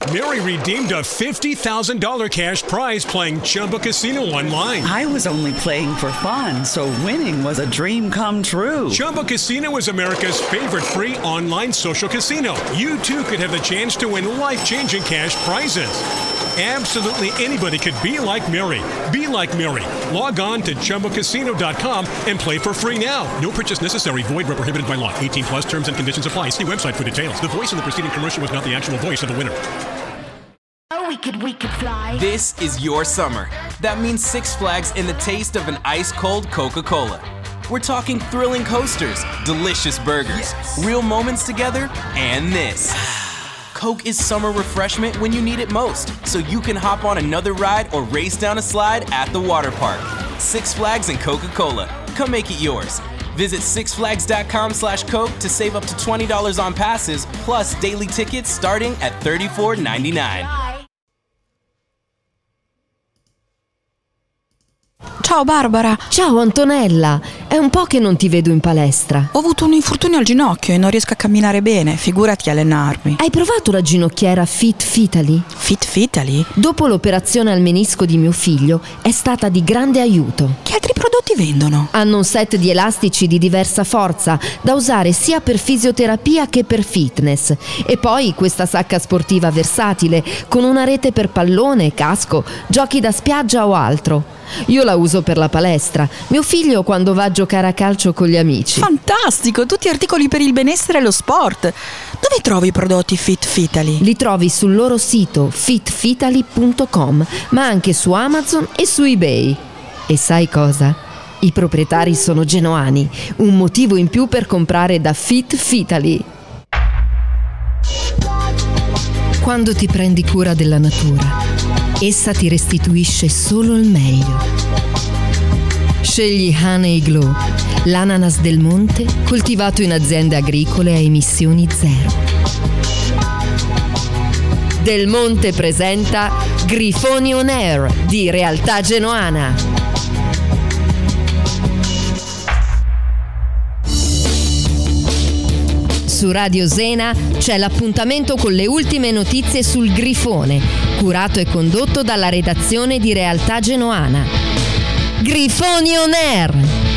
Mary redeemed a $50,000 cash prize playing Chumba Casino online. I was only playing for fun, so winning was a dream come true. Chumba Casino is America's favorite free online social casino. You too could have the chance to win life-changing cash prizes. Absolutely anybody could be like Mary. Be like Mary. Log on to ChumbaCasino.com and play for free now. No purchase necessary. Void where prohibited by law. 18 plus terms and conditions apply. See website for details. The voice in the preceding commercial was not the actual voice of the winner. Oh, we could fly. This is your summer. That means Six Flags and the taste of an ice-cold Coca-Cola. We're talking thrilling coasters, delicious burgers, real moments together, and this. Coke is summer refreshment when you need it most, so you can hop on another ride or race down a slide at the water park. Six Flags and Coca-Cola. Come make it yours. Visit sixflags.com/Coke to save up to $20 on passes, plus daily tickets starting at $34.99. Ciao Barbara. Ciao Antonella, è un po' che non ti vedo in palestra. Ho avuto un infortunio al ginocchio e non riesco a camminare bene, figurati allenarmi. Hai provato la ginocchiera Fit Fitali? Fit Fitali? Dopo l'operazione al menisco di mio figlio è stata di grande aiuto. Che altri prodotti vendono? Hanno un set di elastici di diversa forza da usare sia per fisioterapia che per fitness. E poi questa sacca sportiva versatile con una rete per pallone, casco, giochi da spiaggia o altro. Io la uso per la palestra, mio figlio quando va a giocare a calcio con gli amici. Fantastico, tutti articoli per il benessere e lo sport. Dove trovi i prodotti Fit Fitali? Li trovi sul loro sito fitfitali.com, ma anche su Amazon e su eBay. E sai cosa? I proprietari sono genoani, un motivo in più per comprare da Fit Fitali. Quando ti prendi cura della natura, essa ti restituisce solo il meglio. Scegli Honey Glow, l'ananas del monte coltivato in aziende agricole a emissioni zero. Del Monte presenta Grifoni On Air di Realtà Genoana. Su Radio Zena c'è l'appuntamento con le ultime notizie sul Grifone, curato e condotto dalla redazione di Realtà Genoana. Grifoni On Air!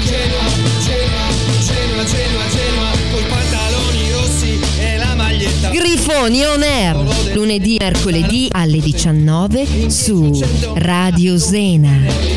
Genoa, col pantaloni rossi e la maglietta. Grifoni On Air, lunedì e mercoledì alle 19 su Radio Zena.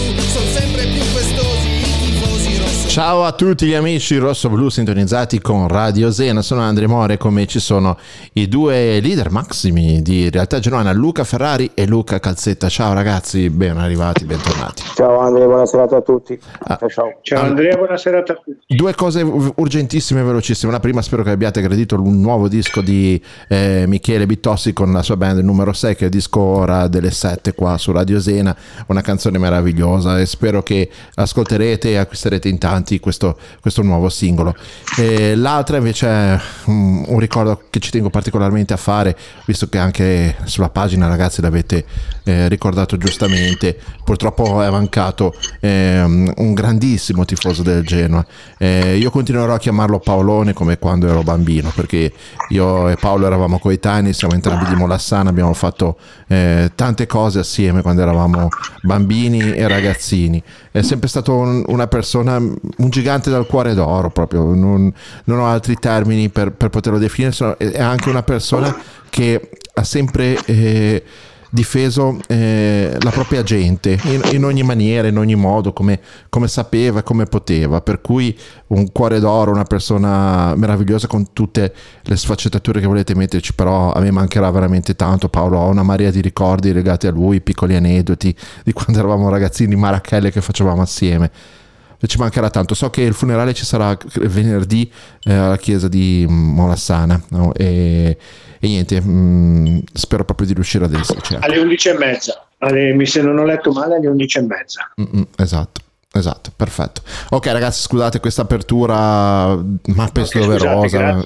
Ciao a tutti gli amici rosso-blu sintonizzati con Radio Zena, sono Andrea More, come ci sono i due leader massimi di Realtà Genoana, Luca Ferrari e Luca Calzetta. Ciao ragazzi, ben arrivati, bentornati. Ciao Andrea, buona serata a tutti. Ciao Andrea, buona serata a tutti. Due cose urgentissime e velocissime. La prima, spero che abbiate gradito un nuovo disco di Michele Bittossi con la sua band numero 6, che è il disco ora delle 7 qua su Radio Zena, una canzone meravigliosa, e spero che ascolterete e acquisterete in tanti questo nuovo singolo. L'altra invece è un ricordo che ci tengo particolarmente a fare, visto che anche sulla pagina, ragazzi, l'avete ricordato giustamente. Purtroppo è mancato un grandissimo tifoso del Genoa. Io continuerò a chiamarlo Paolone come quando ero bambino, perché io e Paolo eravamo coetanei, siamo entrambi di Molassana, abbiamo fatto tante cose assieme quando eravamo bambini e ragazzini. È sempre stato una persona, un gigante dal cuore d'oro, proprio, non ho altri termini per poterlo definire. È anche una persona che ha sempre difeso la propria gente in ogni maniera, in ogni modo, come sapeva e come poteva, per cui un cuore d'oro, una persona meravigliosa con tutte le sfaccettature che volete metterci. Però a me mancherà veramente tanto Paolo, ho una marea di ricordi legati a lui, piccoli aneddoti di quando eravamo ragazzini, marachelle che facevamo assieme. Ci mancherà tanto. So che il funerale ci sarà venerdì alla chiesa di Molassana, no? E niente, spero proprio di riuscire ad esserci. Alle 11:30, se non ho letto male, alle 11:30. Esatto, perfetto. Ok ragazzi, scusate questa apertura ma pesto doverosa.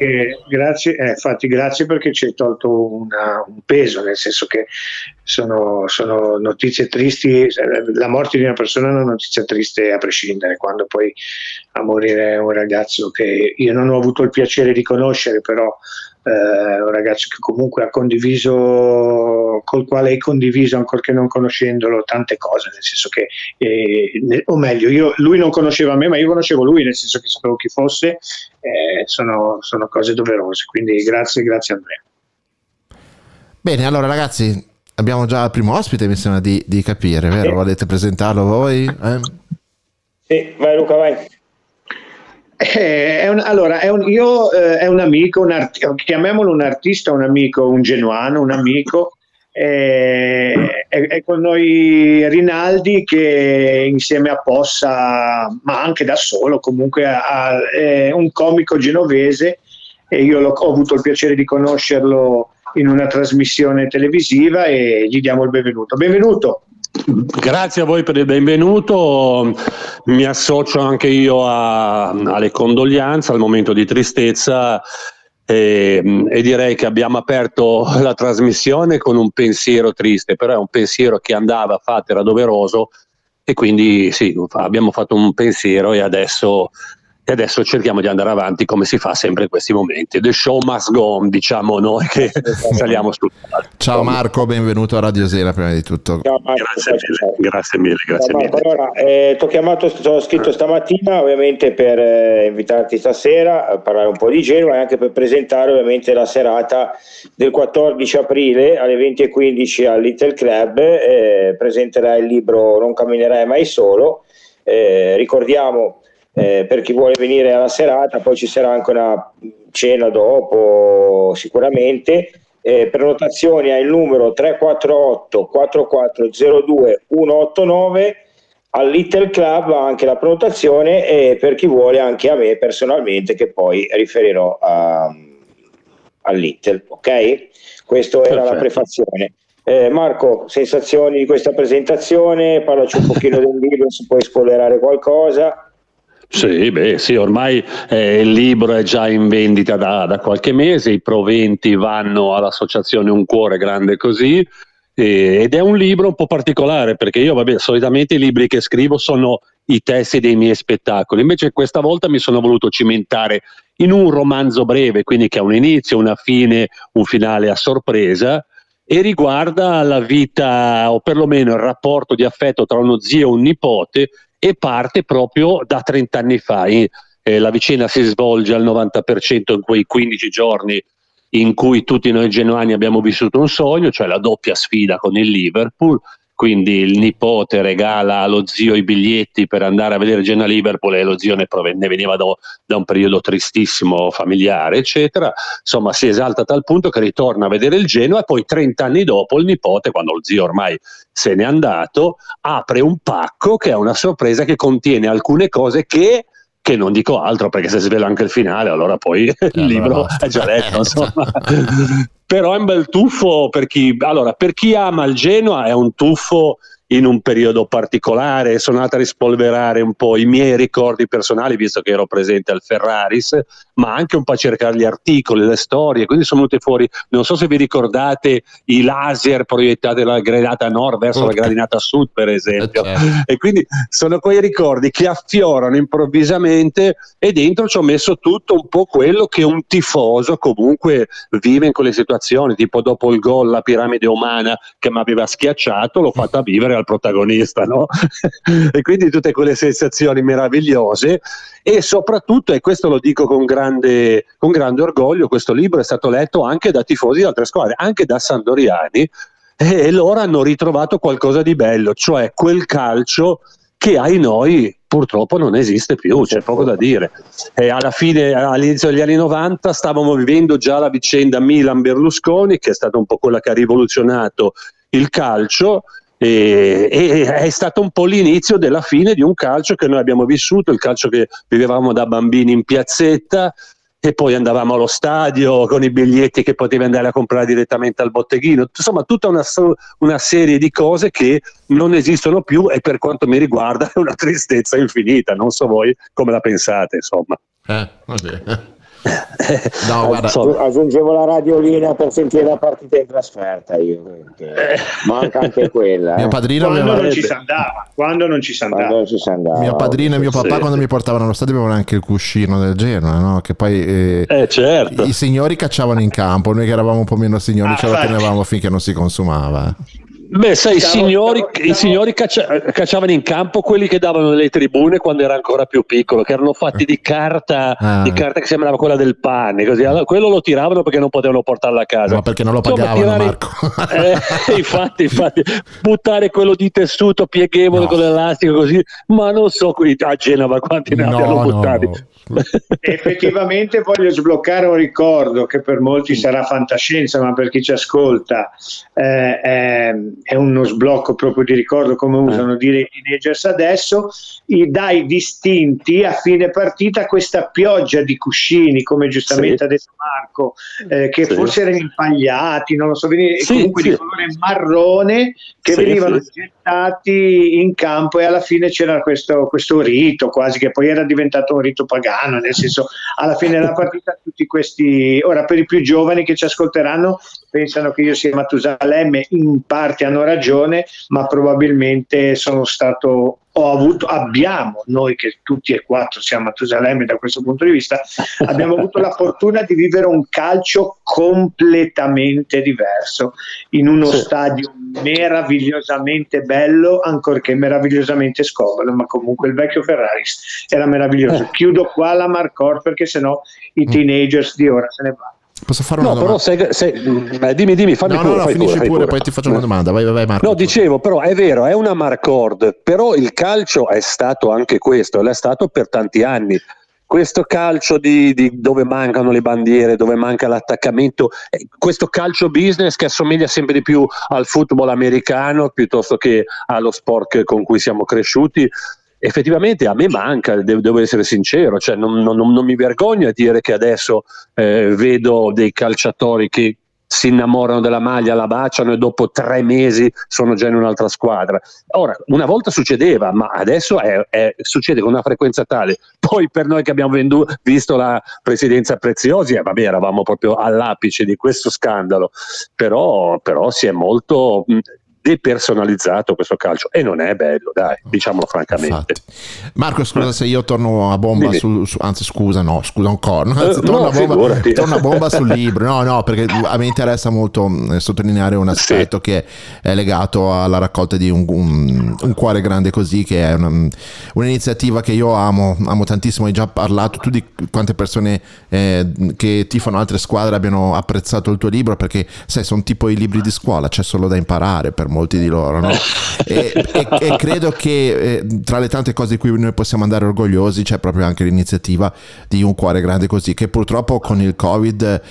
Grazie perché ci hai tolto un peso, nel senso che sono notizie tristi. La morte di una persona è una notizia triste a prescindere, quando poi a morire un ragazzo che io non ho avuto il piacere di conoscere, però un ragazzo che comunque ha condiviso, col quale hai condiviso, ancorché non conoscendolo, tante cose, nel senso che, o meglio, lui non conosceva me, ma io conoscevo lui, nel senso che sapevo chi fosse. Sono cose doverose, quindi grazie Andrea. Bene, allora ragazzi, abbiamo già il primo ospite, mi sembra di capire, vero? Volete presentarlo voi? Sì, vai Luca, vai. È un amico, chiamiamolo un artista, un amico, un genuano, un amico. È con noi Rinaldi, che insieme a Possa, ma anche da solo, comunque è un comico genovese, e io ho avuto il piacere di conoscerlo in una trasmissione televisiva e gli diamo il benvenuto. Benvenuto! Grazie a voi per il benvenuto, mi associo anche io alle condoglianze, al momento di tristezza, e direi che abbiamo aperto la trasmissione con un pensiero triste, però è un pensiero che andava fatto, era doveroso, e quindi sì, abbiamo fatto un pensiero e adesso cerchiamo di andare avanti come si fa sempre in questi momenti. The show must go on, diciamo noi che saliamo sul palco. Ciao Marco, benvenuto a Radio Sera prima di tutto. Ciao Marco, grazie mille. Allora, ti ho scritto stamattina ovviamente per invitarti stasera a parlare un po' di Genova e anche per presentare ovviamente la serata del 14 aprile alle 20:15 al Little Club. Presenterai il libro Non camminerai mai solo. Ricordiamo, per chi vuole venire alla serata, poi ci sarà anche una cena dopo sicuramente. Prenotazioni al numero 348 4402 189 al Little Club, anche la prenotazione, e per chi vuole anche a me personalmente, che poi riferirò al Little, ok? Questo era la prefazione. Marco, sensazioni di questa presentazione? Parlaci un pochino del libro, se puoi spoilerare qualcosa. Sì, ormai il libro è già in vendita da qualche mese, i proventi vanno all'associazione Un Cuore Grande Così, ed è un libro un po' particolare, perché io solitamente i libri che scrivo sono i testi dei miei spettacoli, invece questa volta mi sono voluto cimentare in un romanzo breve, quindi che ha un inizio, una fine, un finale a sorpresa, e riguarda la vita, o perlomeno il rapporto di affetto tra uno zio e un nipote, e parte proprio da 30 anni fa. La vicenda si svolge al 90% in quei 15 giorni in cui tutti noi genuani abbiamo vissuto un sogno, cioè la doppia sfida con il Liverpool. Quindi il nipote regala allo zio i biglietti per andare a vedere Genoa-Liverpool, e lo zio ne veniva da un periodo tristissimo familiare, eccetera. Insomma, si esalta a tal punto che ritorna a vedere il Genoa, e poi 30 anni dopo il nipote, quando lo zio ormai se n'è andato, apre un pacco che è una sorpresa, che contiene alcune cose che non dico altro, perché se svela anche il finale allora poi il libro è già letto, insomma. Però è un bel tuffo per chi ama il Genoa, è un tuffo in un periodo particolare. Sono andato a rispolverare un po' i miei ricordi personali, visto che ero presente al Ferraris, ma anche un po' a cercare gli articoli, le storie, quindi sono venute fuori, non so se vi ricordate, i laser proiettati dalla gradinata nord verso la gradinata sud, per esempio, e quindi sono quei ricordi che affiorano improvvisamente, e dentro ci ho messo tutto un po' quello che un tifoso comunque vive in quelle situazioni, tipo dopo il gol, la piramide umana che mi aveva schiacciato, l'ho fatta vivere al protagonista, no? E quindi tutte quelle sensazioni meravigliose, e soprattutto, e questo lo dico con grande orgoglio, questo libro è stato letto anche da tifosi di altre squadre, anche da sandoriani, e loro hanno ritrovato qualcosa di bello, cioè quel calcio che ai noi purtroppo non esiste più, c'è poco da dire. E alla fine, all'inizio degli anni 90, stavamo vivendo già la vicenda Milan-Berlusconi, che è stata un po' quella che ha rivoluzionato il calcio, e è stato un po' l'inizio della fine di un calcio che noi abbiamo vissuto, il calcio che vivevamo da bambini in piazzetta, e poi andavamo allo stadio con i biglietti che potevi andare a comprare direttamente al botteghino, insomma tutta una serie di cose che non esistono più, e per quanto mi riguarda è una tristezza infinita. Non so voi come la pensate, insomma. No, guarda, aggiungevo la radiolina per sentire la partita in trasferta io, manca anche quella. Mio padrino quando non ci si andava. Mio padrino e mio papà quando mi portavano allo stadio avevano anche il cuscino del Genoa, no? Che poi certo. I signori cacciavano in campo, noi che eravamo un po' meno signori ce lo tenevamo finché non si consumava. Beh, sai, i signori cacciavano in campo quelli che davano le tribune quando era ancora più piccolo, che erano fatti di carta che sembrava quella del pane, così. Allora, quello lo tiravano perché non potevano portarlo a casa. Ma perché non lo pagavano, Marco? Infatti, buttare quello di tessuto pieghevole con l'elastico così, ma non so qui a Genova quanti ne abbiano buttati. No. Effettivamente voglio sbloccare un ricordo che per molti sarà fantascienza, ma per chi ci ascolta è uno sblocco proprio di ricordo, come usano dire i teenagers adesso. Dai distinti a fine partita questa pioggia di cuscini, come giustamente ha detto Marco, che forse erano impagliati, non lo so, comunque di colore marrone, che venivano gettati in campo, e alla fine c'era questo rito quasi, che poi era diventato un rito pagano, nel senso, alla fine della partita tutti questi, ora per i più giovani che ci ascolteranno pensano che io sia Matusalemme, in parte hanno ragione, ma probabilmente abbiamo, noi che tutti e quattro siamo Matusalemme da questo punto di vista, abbiamo avuto la fortuna di vivere un calcio completamente diverso, in uno stadio meravigliosamente bello, ancorché meravigliosamente scomodo, ma comunque il vecchio Ferraris era meraviglioso. Chiudo qua la Marcor perché sennò i teenagers di ora se ne vanno. Posso fare una domanda? Però dimmi, fammi pure. Finisci pure, poi ti faccio una domanda. Vai Marco. No, dicevo, però è vero, è una Marcord, però il calcio è stato anche questo, l'è stato per tanti anni. Questo calcio di dove mancano le bandiere, dove manca l'attaccamento, questo calcio business che assomiglia sempre di più al football americano piuttosto che allo sport con cui siamo cresciuti. Effettivamente a me manca, devo essere sincero, cioè non mi vergogno a dire che adesso vedo dei calciatori che si innamorano della maglia, la baciano e dopo 3 mesi sono già in un'altra squadra. Ora, una volta succedeva, ma adesso succede con una frequenza tale. Poi per noi che abbiamo visto la presidenza Preziosi, vabbè, eravamo proprio all'apice di questo scandalo, però si è molto depersonalizzato questo calcio e non è bello, dai, diciamolo francamente. Infatti. Marco, scusa se io torno a bomba scusa ancora, torno a bomba sul libro, no, perché a me interessa molto sottolineare un aspetto che è legato alla raccolta di un cuore grande così, che è un'iniziativa che io amo tantissimo. Hai già parlato tu di quante persone che tifano altre squadre abbiano apprezzato il tuo libro, perché sai, sono tipo i libri di scuola, c'è solo da imparare per molti di loro, no? e credo che tra le tante cose di cui noi possiamo andare orgogliosi c'è proprio anche l'iniziativa di un cuore grande così, che purtroppo con il Covid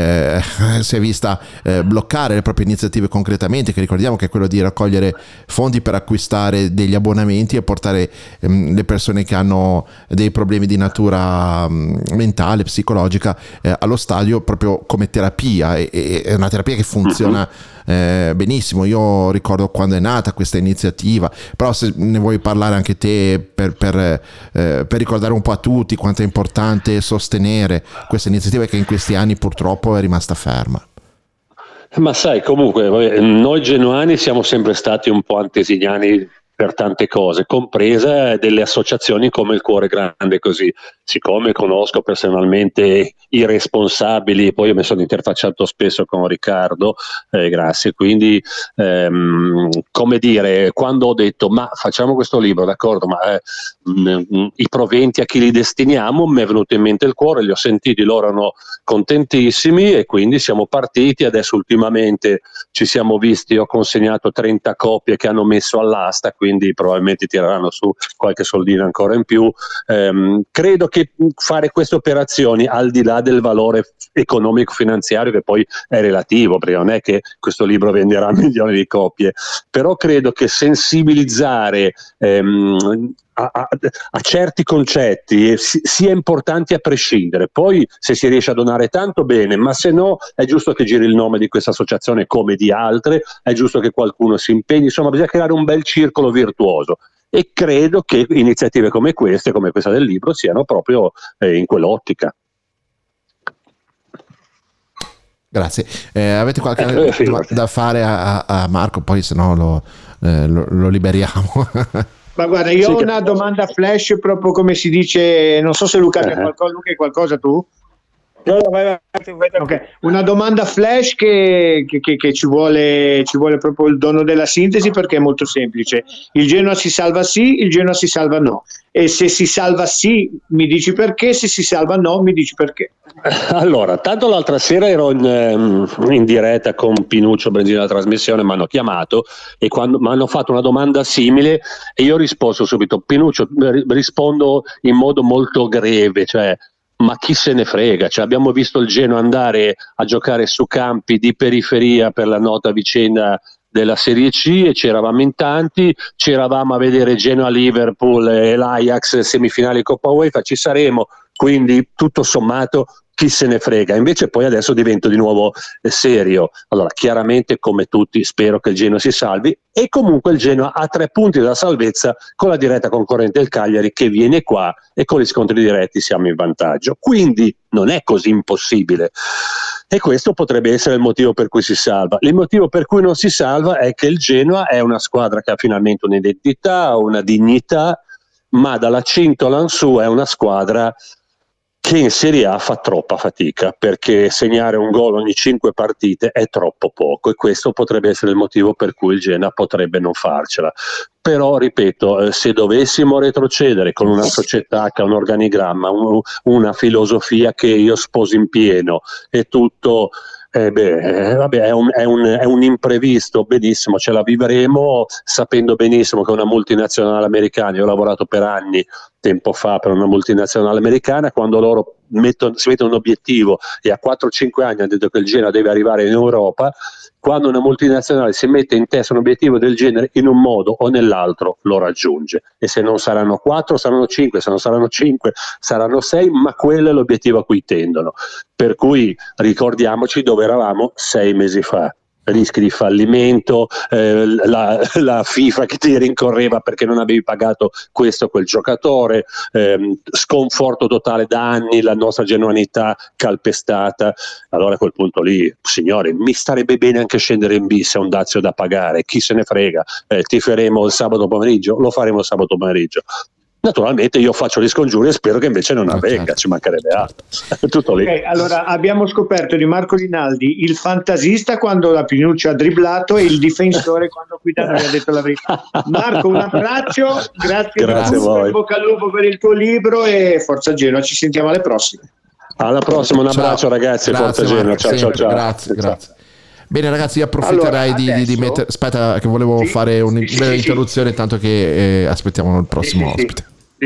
si è vista bloccare le proprie iniziative concretamente, che ricordiamo che è quello di raccogliere fondi per acquistare degli abbonamenti e portare le persone che hanno dei problemi di natura mentale, psicologica allo stadio proprio come terapia, e è una terapia che funziona benissimo. Io ricordo quando è nata questa iniziativa, però se ne vuoi parlare anche te per ricordare un po' a tutti quanto è importante sostenere questa iniziativa che in questi anni purtroppo è rimasta ferma. Ma sai, comunque noi genuani siamo sempre stati un po' antesignani per tante cose, compresa delle associazioni come il Cuore Grande Così. Siccome conosco personalmente i responsabili, poi io mi sono interfacciato spesso con Riccardo Grassi, quindi come dire, quando ho detto ma facciamo questo libro, d'accordo, ma i proventi a chi li destiniamo, mi è venuto in mente il cuore, li ho sentiti, loro erano contentissimi e quindi siamo partiti. Adesso ultimamente ci siamo visti, ho consegnato 30 copie che hanno messo all'asta, quindi probabilmente tireranno su qualche soldino ancora in più. Credo che fare queste operazioni, al di là del valore economico finanziario, che poi è relativo, perché non è che questo libro venderà milioni di copie, però credo che sensibilizzare a certi concetti sia importante a prescindere. Poi se si riesce a donare tanto bene, ma se no è giusto che giri il nome di questa associazione come di altre, è giusto che qualcuno si impegni, insomma bisogna creare un bel circolo virtuoso, e credo che iniziative come questa del libro siano proprio in quell'ottica. Grazie. Avete qualche da fare a Marco? Poi se no lo liberiamo. Ma guarda, io ho una domanda flash, proprio come si dice, non so se Luca hai qualcosa tu? No, vai. Okay. Una domanda flash che ci vuole proprio il dono della sintesi, perché è molto semplice. Il Genoa si salva sì, il Genoa si salva no. E se si salva sì, mi dici perché, se si salva no, mi dici perché. Allora, tanto l'altra sera ero in diretta con Pinuccio Brenzino della trasmissione, mi hanno chiamato e quando mi hanno fatto una domanda simile e io ho risposto subito. Pinuccio, rispondo in modo molto greve, cioè ma chi se ne frega, cioè, abbiamo visto il Genoa andare a giocare su campi di periferia per la nota vicenda della Serie C e c'eravamo in tanti, c'eravamo a vedere Genoa-Liverpool e l'Ajax semifinali Coppa UEFA, ci saremo, quindi tutto sommato chi se ne frega. Invece poi adesso divento di nuovo serio. Allora, chiaramente come tutti spero che il Genoa si salvi e comunque il Genoa ha 3 punti dalla salvezza con la diretta concorrente del Cagliari che viene qua e con gli scontri diretti siamo in vantaggio. Quindi non è così impossibile. E questo potrebbe essere il motivo per cui si salva. Il motivo per cui non si salva è che il Genoa è una squadra che ha finalmente un'identità, una dignità, ma dalla cintola in su è una squadra che in Serie A fa troppa fatica, perché segnare un gol ogni 5 partite è troppo poco e questo potrebbe essere il motivo per cui il Genoa potrebbe non farcela. Però, ripeto, se dovessimo retrocedere con una società che ha un organigramma, una filosofia che io sposo in pieno e tutto, è un imprevisto, benissimo, ce la vivremo sapendo benissimo che una multinazionale americana, io ho lavorato per anni tempo fa per una multinazionale americana, quando loro si mettono un obiettivo e a 4-5 anni hanno detto che il Genoa deve arrivare in Europa, quando una multinazionale si mette in testa un obiettivo del genere in un modo o nell'altro lo raggiunge, e se non saranno 4 saranno 5, se non saranno 5 saranno 6, ma quello è l'obiettivo a cui tendono, per cui ricordiamoci dove eravamo 6 mesi fa. Rischi di fallimento, la FIFA che ti rincorreva perché non avevi pagato questo o quel giocatore, sconforto totale da anni, la nostra genuinità calpestata. Allora a quel punto lì, signore, mi starebbe bene anche scendere in B se è un dazio da pagare, chi se ne frega, tiferemo il sabato pomeriggio, lo faremo il sabato pomeriggio. Naturalmente io faccio gli scongiuri e spero che invece non avvenga, certo. Ci mancherebbe altro. Tutto lì. Okay, allora abbiamo scoperto di Marco Rinaldi il fantasista quando la Pinuccia ha dribblato e il difensore quando Guidano mi ha detto la verità. Marco, un abbraccio, grazie a voi. Bocca al lupo per il tuo libro e forza Genoa, ci sentiamo alle prossime. Alla prossima, un abbraccio ragazzi, grazie, forza Genoa, ciao. Grazie. Bene ragazzi, io approfitterei allora, di mettere, aspetta che volevo fare una breve interruzione tanto che aspettiamo il prossimo ospite. Sì.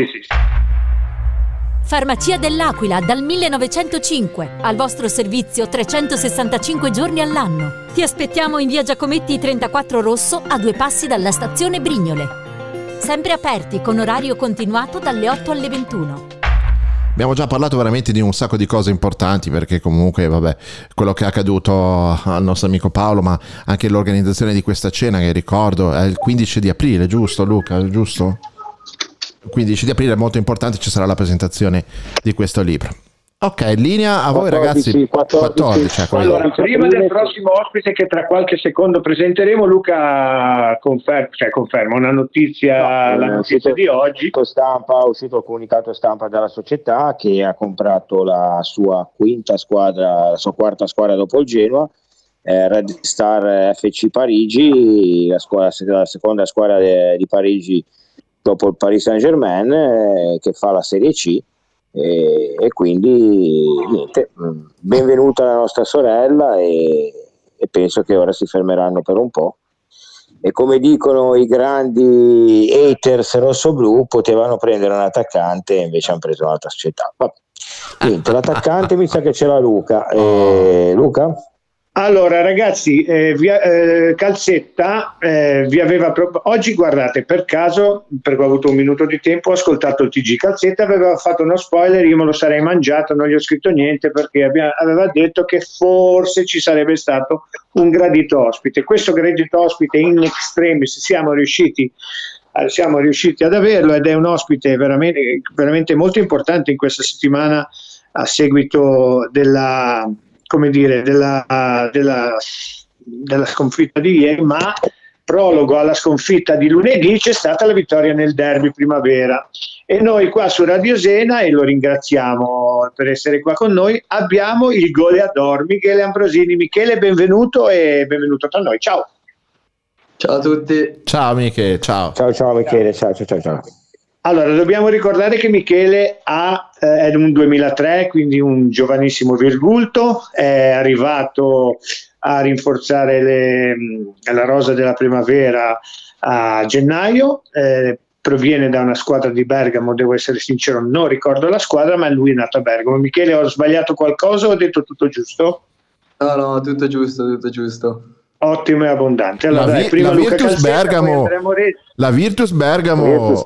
Farmacia dell'Aquila dal 1905, al vostro servizio 365 giorni all'anno. Ti aspettiamo in via Giacometti 34 Rosso, a 2 passi dalla stazione Brignole. Sempre aperti con orario continuato dalle 8 alle 21. Abbiamo già parlato veramente di un sacco di cose importanti, perché comunque quello che è accaduto al nostro amico Paolo, ma anche l'organizzazione di questa cena che ricordo è il 15 di aprile, giusto Luca? Giusto? 15 di aprile è molto importante, ci sarà la presentazione di questo libro. Ok, linea a voi 14, ragazzi. 14. Allora, prima del prossimo ospite che tra qualche secondo presenteremo, Luca conferma una notizia, la notizia di oggi. È uscito il comunicato stampa dalla società che ha comprato la sua quarta squadra dopo il Genoa, Red Star FC Parigi, la seconda squadra di Parigi dopo il Paris Saint-Germain, che fa la Serie C, e quindi niente, benvenuta la nostra sorella e penso che ora si fermeranno per un po', e come dicono i grandi haters rossoblu, potevano prendere un attaccante e invece hanno preso un'altra società. Niente, l'attaccante mi sa che ce l'ha Luca. Luca? Allora ragazzi, Calzetta vi aveva oggi, guardate, per caso, perché ho avuto un minuto di tempo, ho ascoltato il TG. Calzetta aveva fatto uno spoiler, io me lo sarei mangiato, non gli ho scritto niente perché aveva detto che forse ci sarebbe stato un gradito ospite. Questo gradito ospite in extremis siamo riusciti ad averlo, ed è un ospite veramente, veramente molto importante in questa settimana a seguito come dire, della sconfitta di ieri, ma prologo alla sconfitta di lunedì c'è stata la vittoria nel derby primavera, e noi qua su Radio Zena, e lo ringraziamo per essere qua con noi, abbiamo il goleador Michele Ambrosini. Michele, benvenuto, e benvenuto tra noi. Ciao. Ciao a tutti. Ciao Michele, ciao. Ciao Michele, ciao. Allora, dobbiamo ricordare che Michele è un 2003, quindi un giovanissimo virgulto, è arrivato a rinforzare la rosa della primavera a gennaio, proviene da una squadra di Bergamo, devo essere sincero, non ricordo la squadra, ma lui è nato a Bergamo. Michele, ho sbagliato qualcosa o ho detto tutto giusto? No, tutto giusto. Ottimo e abbondante. Allora, prima la Virtus Bergamo. La Virtus Bergamo.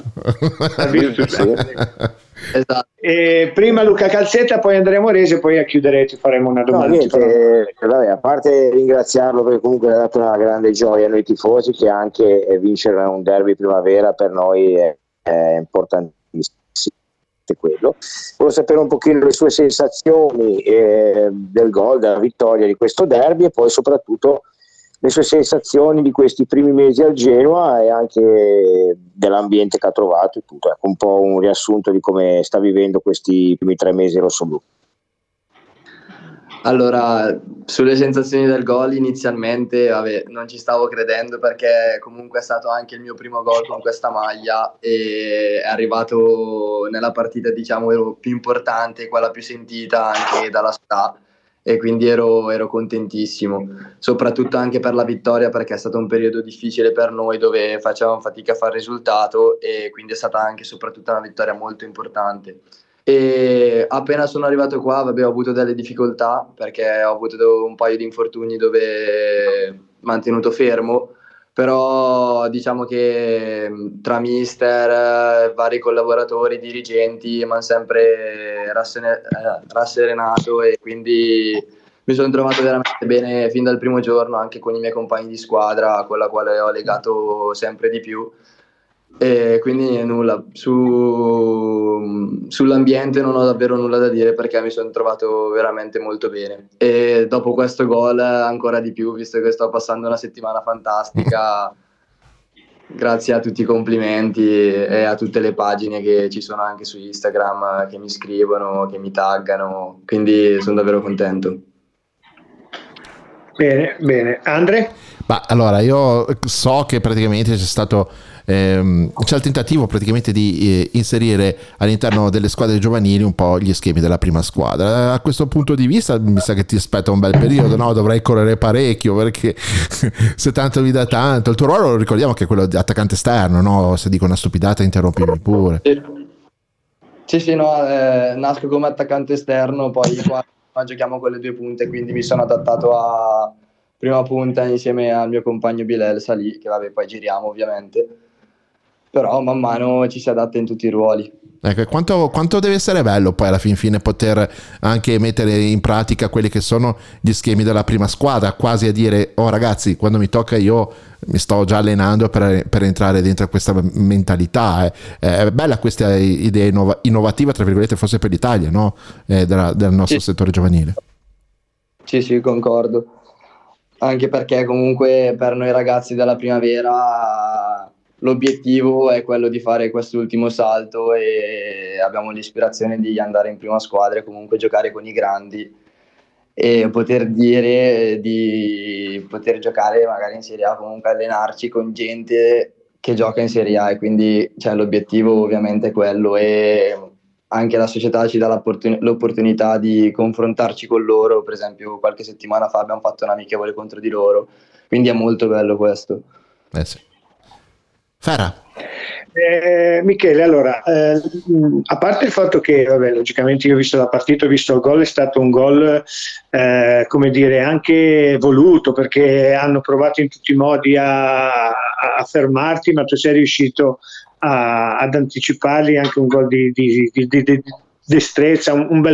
Esatto. E prima Luca Calzetta, poi Andrea Morese, poi a chiudere ti faremo una domanda. No, niente, vabbè, a parte ringraziarlo perché comunque ha dato una grande gioia a noi tifosi, che anche vincere un derby primavera per noi è importantissimo. Quello. Volevo sapere un pochino le sue sensazioni del gol, della vittoria di questo derby, e poi soprattutto le sue sensazioni di questi primi mesi al Genoa e anche dell'ambiente che ha trovato e tutto. Ecco, un po' un riassunto di come sta vivendo questi primi 3 mesi rossoblù. Allora, sulle sensazioni del gol, inizialmente non ci stavo credendo, perché comunque è stato anche il mio primo gol con questa maglia, e è arrivato nella partita, diciamo, più importante, quella più sentita anche dalla città, e quindi ero contentissimo, soprattutto anche per la vittoria, perché è stato un periodo difficile per noi dove facevamo fatica a fare risultato, e quindi è stata anche soprattutto una vittoria molto importante. E appena sono arrivato qua ho avuto delle difficoltà, perché ho avuto un paio di infortuni dove mantenuto fermo, però diciamo che tra mister, vari collaboratori, dirigenti mi hanno sempre rasserenato, e quindi mi sono trovato veramente bene fin dal primo giorno, anche con i miei compagni di squadra, con la quale ho legato sempre di più. E quindi nulla, sull'ambiente non ho davvero nulla da dire, perché mi sono trovato veramente molto bene, e dopo questo gol ancora di più, visto che sto passando una settimana fantastica. Grazie a tutti i complimenti e a tutte le pagine che ci sono anche su Instagram, che mi scrivono, che mi taggano, quindi sono davvero contento. Bene. Andre? Allora, io so che praticamente c'è stato c'è il tentativo praticamente di inserire all'interno delle squadre giovanili un po' gli schemi della prima squadra. A questo punto di vista mi sa che ti aspetta un bel periodo, no? Dovrai correre parecchio, perché se tanto vi dà tanto. Il tuo ruolo lo ricordiamo che è quello di attaccante esterno, no? Se dico una stupidata interrompimi pure. Sì, nasco come attaccante esterno, poi qua giochiamo con le 2 punte, quindi mi sono adattato a prima punta insieme al mio compagno Bilal Salì, che poi giriamo ovviamente, però man mano ci si adatta in tutti i ruoli. Ecco, quanto deve essere bello poi alla fine poter anche mettere in pratica quelli che sono gli schemi della prima squadra, quasi a dire: oh ragazzi, quando mi tocca io mi sto già allenando per entrare dentro questa mentalità. È bella questa idea innovativa, tra virgolette, forse per l'Italia, no? Del nostro settore giovanile. Sì, concordo, anche perché comunque per noi ragazzi della primavera l'obiettivo è quello di fare quest'ultimo salto, e abbiamo l'ispirazione di andare in prima squadra e comunque giocare con i grandi, e poter dire di poter giocare magari in Serie A, comunque allenarci con gente che gioca in Serie A, e quindi l'obiettivo ovviamente è quello, e anche la società ci dà l'opportunità di confrontarci con loro. Per esempio qualche settimana fa abbiamo fatto un amichevole contro di loro, quindi è molto bello questo. Sì. Fera. Michele, allora, a parte il fatto che logicamente io ho visto la partita, ho visto il gol, è stato un gol come dire anche voluto, perché hanno provato in tutti i modi a fermarti, ma tu sei riuscito ad anticiparli, anche un gol di destrezza, un bel gol.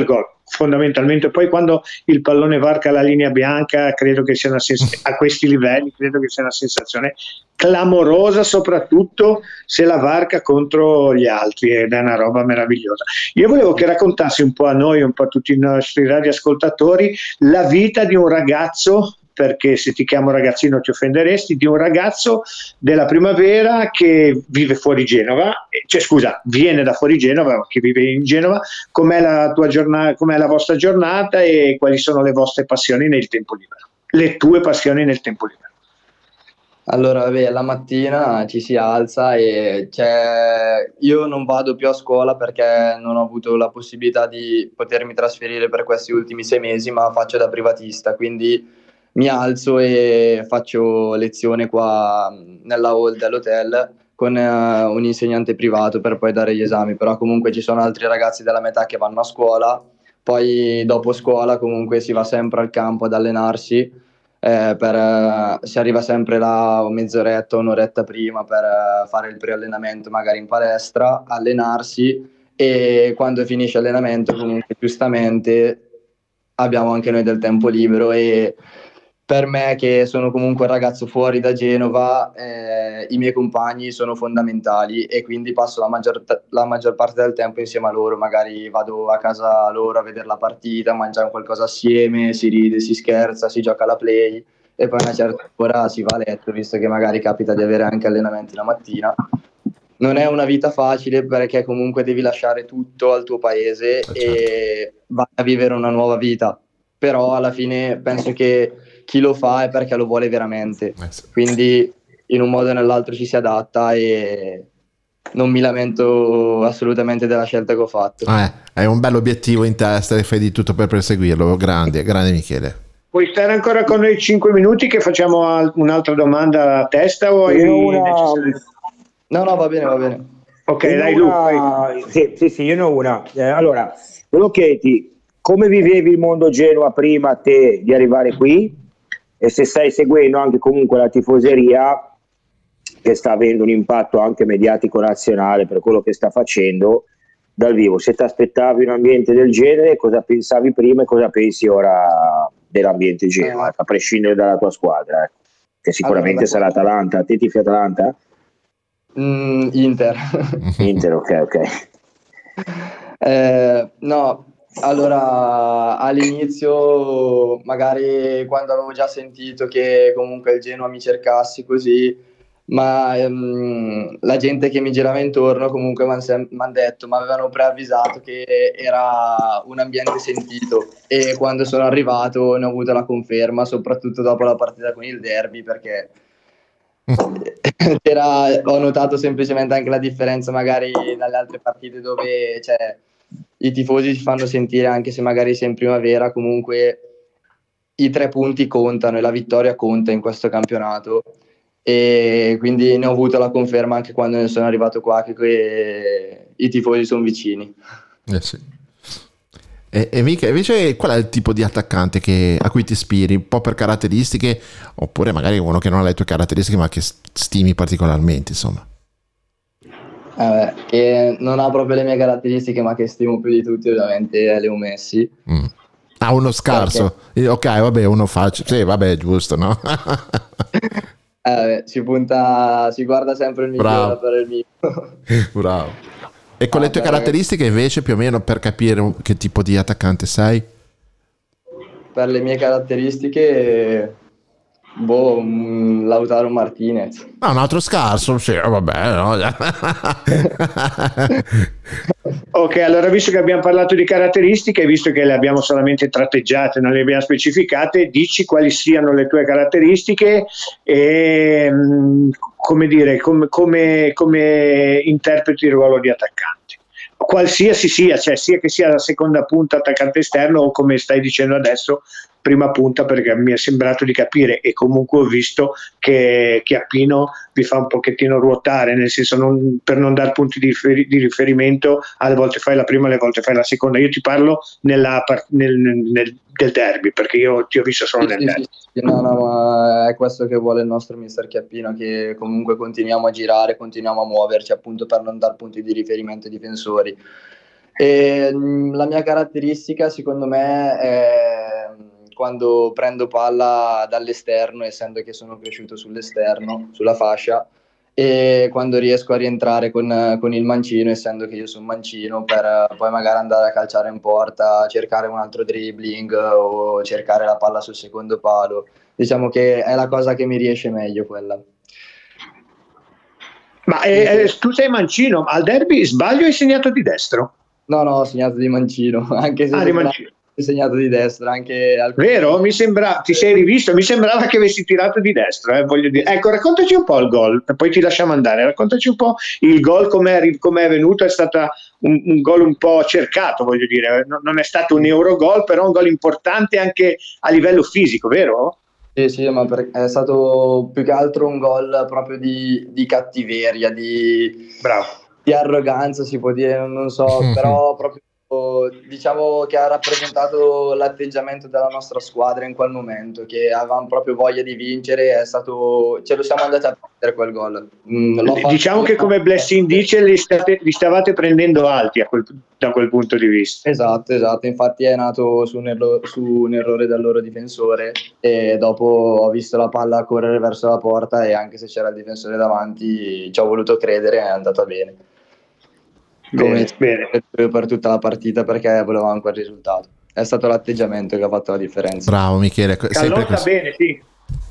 fondamentalmente. Poi quando il pallone varca la linea bianca, credo che sia a questi livelli, credo che sia una sensazione clamorosa, soprattutto se la varca contro gli altri, ed è una roba meravigliosa. Io volevo che raccontassi un po' a noi, un po' a tutti i nostri radioascoltatori, la vita di un ragazzo, perché se ti chiamo ragazzino ti offenderesti, di un ragazzo della Primavera che vive fuori Genova, viene da fuori Genova, che vive in Genova. Com'è la tua giornata, com'è la vostra giornata e quali sono le vostre passioni nel tempo libero? Le tue passioni nel tempo libero. Allora, vabbè, la mattina ci si alza e io non vado più a scuola perché non ho avuto la possibilità di potermi trasferire per questi ultimi 6 mesi, ma faccio da privatista, quindi mi alzo e faccio lezione qua nella hall dell'hotel con un insegnante privato per poi dare gli esami, però comunque ci sono altri ragazzi della mia età che vanno a scuola, poi dopo scuola comunque si va sempre al campo ad allenarsi, si arriva sempre là mezz'oretta, un'oretta prima per fare il preallenamento magari in palestra, allenarsi, e quando finisce l'allenamento comunque giustamente abbiamo anche noi del tempo libero, e per me, che sono comunque un ragazzo fuori da Genova, i miei compagni sono fondamentali e quindi passo la maggior parte del tempo insieme a loro. Magari vado a casa loro a vedere la partita, mangiamo qualcosa assieme, si ride, si scherza, si gioca alla play e poi a una certa ora si va a letto, visto che magari capita di avere anche allenamenti la mattina. Non è una vita facile perché comunque devi lasciare tutto al tuo paese e vai a vivere una nuova vita, però alla fine penso che chi lo fa è perché lo vuole veramente, quindi in un modo o nell'altro ci si adatta e non mi lamento assolutamente della scelta che ho fatto. Hai un bel obiettivo in testa e fai di tutto per perseguirlo. Grande Michele. Puoi stare ancora con noi 5 minuti che facciamo un'altra domanda a testa o No, va bene. Ok, dai Luca. Sì, io ne ho una. Allora, volevo chiederti come vivevi il mondo Genoa prima te di arrivare qui, e se stai seguendo anche comunque la tifoseria che sta avendo un impatto anche mediatico nazionale per quello che sta facendo dal vivo. Se ti aspettavi un ambiente del genere, cosa pensavi prima e cosa pensi ora dell'ambiente Genoa, a prescindere dalla tua squadra, che sicuramente sarà Atalanta. Te tifi Atalanta? Inter. Inter, ok. No, allora all'inizio magari quando avevo già sentito che comunque il Genoa mi cercassi così, ma la gente che mi girava intorno comunque mi avevano preavvisato che era un ambiente sentito, e quando sono arrivato ne ho avuto la conferma, soprattutto dopo la partita con il derby, perché ho notato semplicemente anche la differenza magari dalle altre partite dove i tifosi si fanno sentire, anche se magari sei in primavera, comunque i 3 punti contano e la vittoria conta in questo campionato, e quindi ne ho avuto la conferma anche quando ne sono arrivato qua, che i tifosi sono vicini. Sì. E Mica, invece qual è il tipo di attaccante a cui ti ispiri? Un po' per caratteristiche, oppure magari uno che non ha le tue caratteristiche ma che stimi particolarmente, insomma? Che non ha proprio le mie caratteristiche ma che stimo più di tutti ovviamente è Leo Messi. Uno scarso. Perché? Ok, vabbè, uno facile. Sì, vabbè, giusto, no? Si guarda sempre il migliore per il mio. Bravo. E con le tue caratteristiche invece, più o meno, per capire che tipo di attaccante sei? Per le mie caratteristiche, Lautaro Martinez. Un altro scarso, sì, vabbè, no? Ok, allora visto che abbiamo parlato di caratteristiche, visto che le abbiamo solamente tratteggiate, non le abbiamo specificate, dici quali siano le tue caratteristiche e come interpreti il ruolo di attaccante. Qualsiasi sia, sia che sia la seconda punta, attaccante esterno, o come stai dicendo adesso, prima punta, perché mi è sembrato di capire, e comunque ho visto che Chiappino vi fa un pochettino ruotare, nel senso per non dar punti di riferimento, alle volte fai la prima, alle volte fai la seconda. Io ti parlo del derby, perché io ti ho visto solo nel derby. Sì, no, ma è questo che vuole il nostro mister Chiappino, che comunque continuiamo a girare, continuiamo a muoverci, appunto per non dar punti di riferimento ai difensori. E la mia caratteristica, secondo me, è quando prendo palla dall'esterno, essendo che sono cresciuto sull'esterno, sulla fascia, e quando riesco a rientrare con il mancino, essendo che io sono mancino, per poi magari andare a calciare in porta, cercare un altro dribbling o cercare la palla sul secondo palo. Diciamo che è la cosa che mi riesce meglio, quella. Ma tu sei mancino, al derby sbaglio hai segnato di destro? No, ho segnato di mancino, anche se ho segnato di destra. Vero? Ti sei rivisto? Mi sembrava che avessi tirato di destra, voglio dire. Ecco, raccontaci un po' il gol, poi ti lasciamo andare. Raccontaci un po' il gol, com'è venuto. È stato un gol un po' cercato, voglio dire. Non è stato un Eurogol, però un gol importante anche a livello fisico, vero? Sì, ma è stato più che altro un gol proprio di cattiveria, Bravo. Di arroganza, si può dire, non so, però proprio diciamo che ha rappresentato l'atteggiamento della nostra squadra in quel momento, che avevamo proprio voglia di vincere. Ce lo siamo andati a prendere quel gol. Diciamo che, come Blessing dice, li stavate prendendo alti da quel punto di vista. Esatto, infatti è nato su un errore del loro difensore, e dopo ho visto la palla correre verso la porta, e anche se c'era il difensore davanti ci ho voluto credere, è andata bene. Bene. Per tutta la partita, perché volevamo quel risultato. È stato l'atteggiamento che ha fatto la differenza. Bravo Michele. Callon sta bene, sì.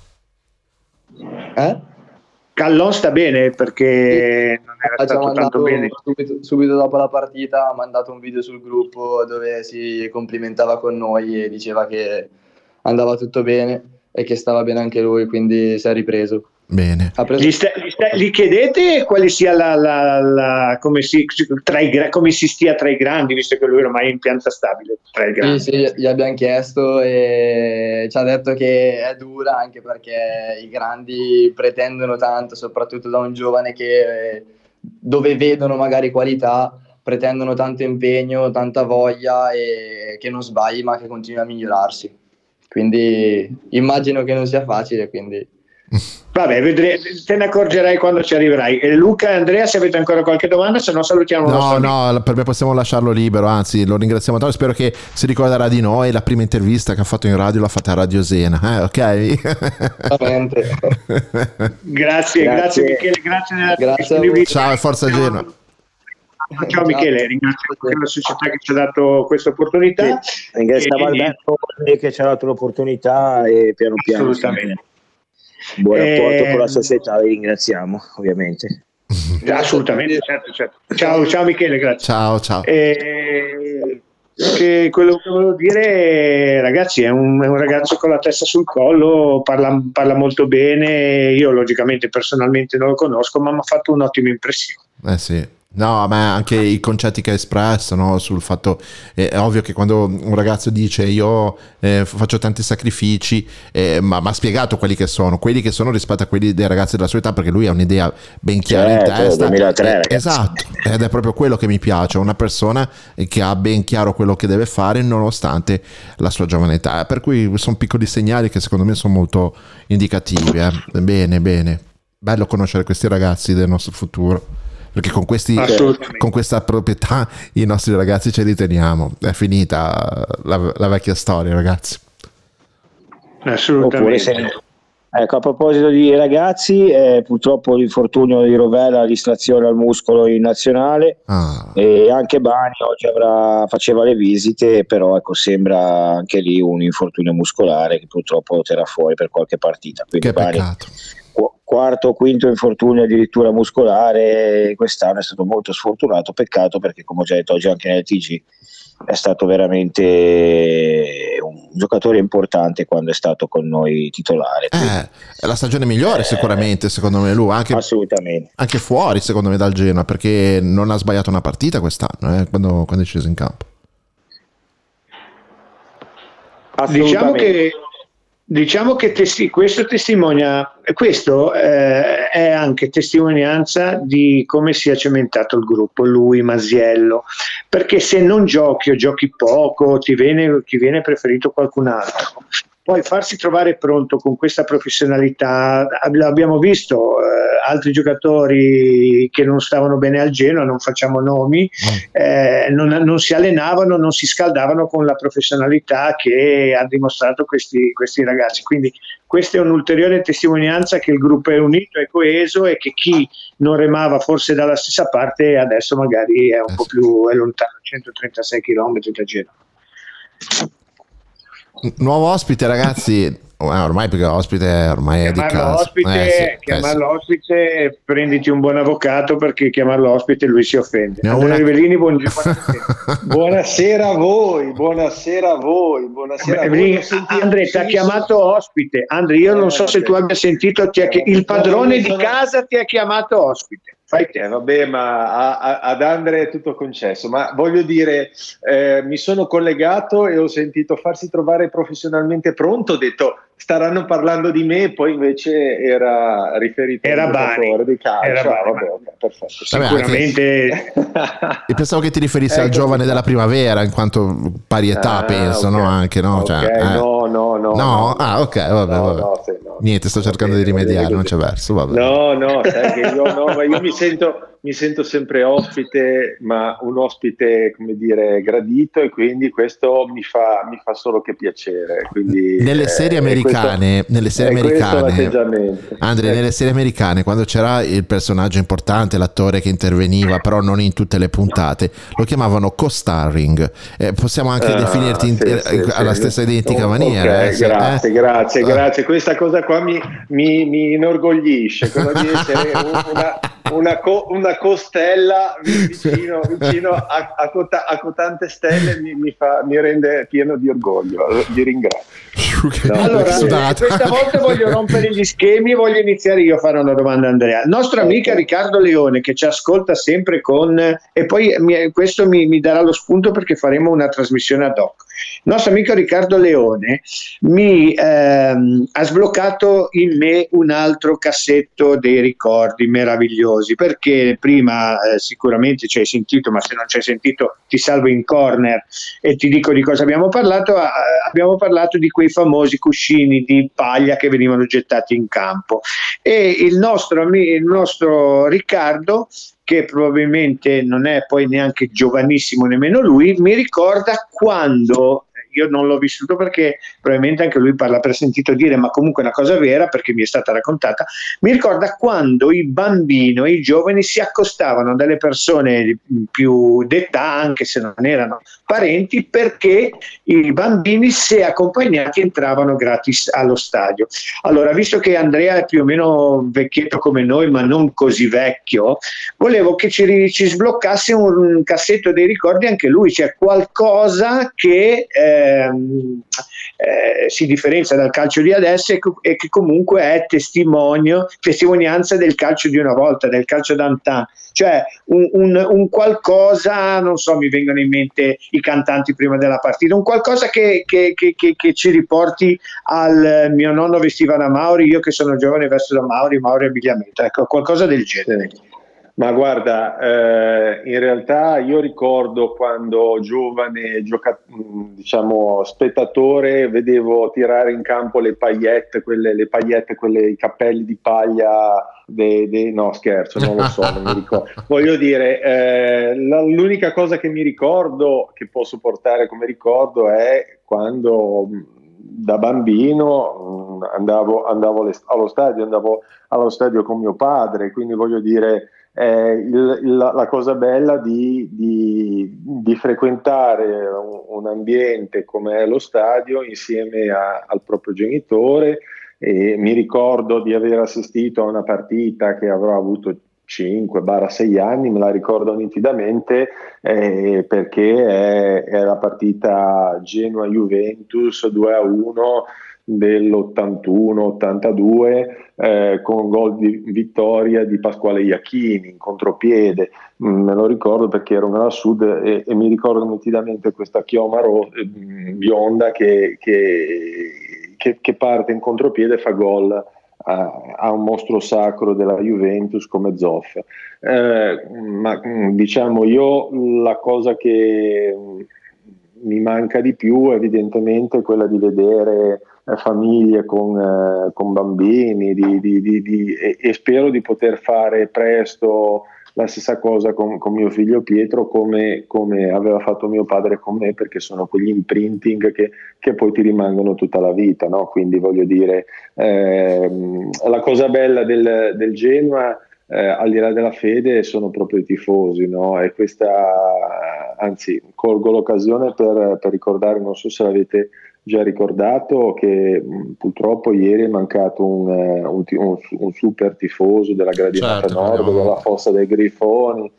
Callon sta bene, perché non era stato tanto bene. Subito dopo la partita ha mandato un video sul gruppo dove si complimentava con noi e diceva che andava tutto bene e che stava bene anche lui, quindi si è ripreso. Bene. Gli chiedete quale sia come si stia tra i grandi, visto che lui ormai è in pianta stabile tra i grandi? Sì, gli abbiamo chiesto e ci ha detto che è dura, anche perché i grandi pretendono tanto, soprattutto da un giovane dove vedono magari qualità, pretendono tanto impegno, tanta voglia, e che non sbagli ma che continui a migliorarsi. Quindi immagino che non sia facile, quindi vabbè, te ne accorgerai quando ci arriverai. Luca e Andrea, se avete ancora qualche domanda, se no salutiamo. No, per me possiamo lasciarlo libero, anzi lo ringraziamo tanto, spero che si ricorderà di noi. La prima intervista che ha fatto in radio l'ha fatta a Radio Sena, ok? Grazie Michele, grazie della disponibilità. Ciao, forza Genoa. Ciao Michele, ringrazio la società che ci ha dato questa opportunità. Ringraziamo Alberto che ci ha dato l'opportunità, e piano piano buon rapporto con la società, vi ringraziamo ovviamente. Assolutamente, certo. Ciao Michele, grazie. Ciao. Quello che volevo dire, ragazzi, è un ragazzo con la testa sul collo, parla molto bene. Io logicamente personalmente non lo conosco, ma mi ha fatto un'ottima impressione. Sì. No, ma anche i concetti che ha espresso, no, sul fatto, è ovvio che quando un ragazzo dice io faccio tanti sacrifici, ma ha spiegato quelli che sono rispetto a quelli dei ragazzi della sua età, perché lui ha un'idea ben chiara in testa. 2003, esatto, ed è proprio quello che mi piace, una persona che ha ben chiaro quello che deve fare nonostante la sua giovane età, per cui sono piccoli segnali che secondo me sono molto indicativi. Bene, bello conoscere questi ragazzi del nostro futuro, perché con questa proprietà i nostri ragazzi ce li teniamo. È finita la vecchia storia, ragazzi. Assolutamente. Ecco, a proposito di ragazzi, purtroppo l'infortunio di Rovella, distrazione al muscolo in nazionale, e anche Bani oggi faceva le visite, però ecco, sembra anche lì un infortunio muscolare che purtroppo lo terrà fuori per qualche partita. Quindi che peccato. Quarto o quinto infortunio addirittura muscolare quest'anno, è stato molto sfortunato, peccato, perché come ho già detto oggi anche nel TG è stato veramente un giocatore importante quando è stato con noi titolare. È la stagione migliore sicuramente, secondo me, lui assolutamente, anche fuori secondo me dal Genoa, perché non ha sbagliato una partita quest'anno quando è sceso in campo. Diciamo che questo è anche testimonianza di come si è cementato il gruppo, lui, Masiello, perché se non giochi o giochi poco ti viene preferito qualcun altro. Poi farsi trovare pronto con questa professionalità, l'abbiamo visto altri giocatori che non stavano bene al Genoa, non facciamo nomi, non si allenavano, non si scaldavano con la professionalità che hanno dimostrato questi ragazzi. Quindi questa è un'ulteriore testimonianza che il gruppo è unito, è coeso, e che chi non remava forse dalla stessa parte adesso magari è un po' più lontano, 136 km da Genova. Nuovo ospite, ragazzi. Ormai, perché ospite ormai è di casa. Chiamarlo ospite, prenditi un buon avvocato, perché chiamarlo ospite lui si offende. Andrea Rivellini, buonasera a voi. Andrea ti ha chiamato ospite. Andrea, io non so se tu abbia sentito, il padrone di casa ti ha chiamato ospite. Vabbè, ma ad Andre è tutto concesso, ma voglio dire, mi sono collegato e ho sentito farsi trovare professionalmente pronto, ho detto staranno parlando di me, poi invece era riferito al giocatore di calcio. Perfetto. Sicuramente. E pensavo che ti riferissi al giovane della primavera, in quanto pari età, penso, okay. No? Anche, no? No? Ah, ok, vabbè. No. Niente, sto cercando di rimediare, non c'è verso, vabbè. No, sai che ma io mi sento sempre ospite, ma un ospite, come dire, gradito, e quindi questo mi fa solo che piacere. Quindi, nelle serie americane, Andrea, nelle serie americane, quando c'era il personaggio importante, l'attore che interveniva, però non in tutte le puntate, lo chiamavano co-starring. Possiamo anche definirti alla stessa identica maniera. Grazie. Questa cosa qua mi inorgoglisce, quello di essere una costella vicino a tante stelle mi rende pieno di orgoglio. Vi ringrazio. Allora, questa volta voglio rompere gli schemi e voglio iniziare io a fare una domanda a Andrea. Il nostro amico Riccardo Leone, che ci ascolta sempre e poi questo mi darà lo spunto, perché faremo una trasmissione ad hoc. Il nostro amico Riccardo Leone mi ha sbloccato in me un altro cassetto dei ricordi meravigliosi, perché prima sicuramente ci hai sentito, ma se non ci hai sentito ti salvo in corner e ti dico di cosa abbiamo parlato. Abbiamo parlato di quei famosi cuscini di paglia che venivano gettati in campo, e il nostro Riccardo, che probabilmente non è poi neanche giovanissimo nemmeno lui, mi ricorda quando, io non l'ho vissuto perché probabilmente anche lui parla per sentito dire, ma comunque è una cosa vera perché mi è stata raccontata, mi ricorda quando i bambini e i giovani si accostavano dalle persone più d'età, anche se non erano parenti, perché i bambini, se accompagnati, entravano gratis allo stadio. Allora, visto che Andrea è più o meno vecchietto come noi, ma non così vecchio, volevo che ci sbloccasse un cassetto dei ricordi anche lui, cioè qualcosa che si differenzia dal calcio di adesso e che comunque è testimonianza del calcio di una volta, del calcio d'antan, cioè un qualcosa, non so, mi vengono in mente i cantanti prima della partita, un qualcosa che ci riporti al mio nonno vestiva da Mauri, io che sono giovane vesto da Mauri abbigliamento, ecco, qualcosa del genere. Ma guarda, in realtà io ricordo quando giovane spettatore vedevo tirare in campo le paillette, i cappelli di paglia no, scherzo, non lo so, non mi ricordo. Voglio dire, l'unica cosa che mi ricordo, che posso portare come ricordo, è quando da bambino andavo allo stadio con mio padre, quindi voglio dire, la cosa bella di frequentare un ambiente come è lo stadio insieme al proprio genitore. E mi ricordo di aver assistito a una partita che avrò avuto 5-6 anni, me la ricordo nitidamente, perché è la partita Genoa-Juventus 2-1 dell'81-82, con gol di vittoria di Pasquale Iachini in contropiede. Me lo ricordo perché ero nella Sud e mi ricordo nitidamente questa chioma bionda che parte in contropiede e fa gol a un mostro sacro della Juventus come Zoff. Ma diciamo, io la cosa che mi manca di più evidentemente è quella di vedere famiglie con bambini e spero di poter fare presto la stessa cosa con mio figlio Pietro, come aveva fatto mio padre con me, perché sono quegli imprinting che poi ti rimangono tutta la vita, no? Quindi voglio dire, la cosa bella del Genoa, al di là della fede, sono proprio i tifosi, no? E questa, anzi, colgo l'occasione per ricordare, non so se l'avete già ricordato, che purtroppo ieri è mancato un super tifoso della Gradinata Nord, della Fossa dei Grifoni,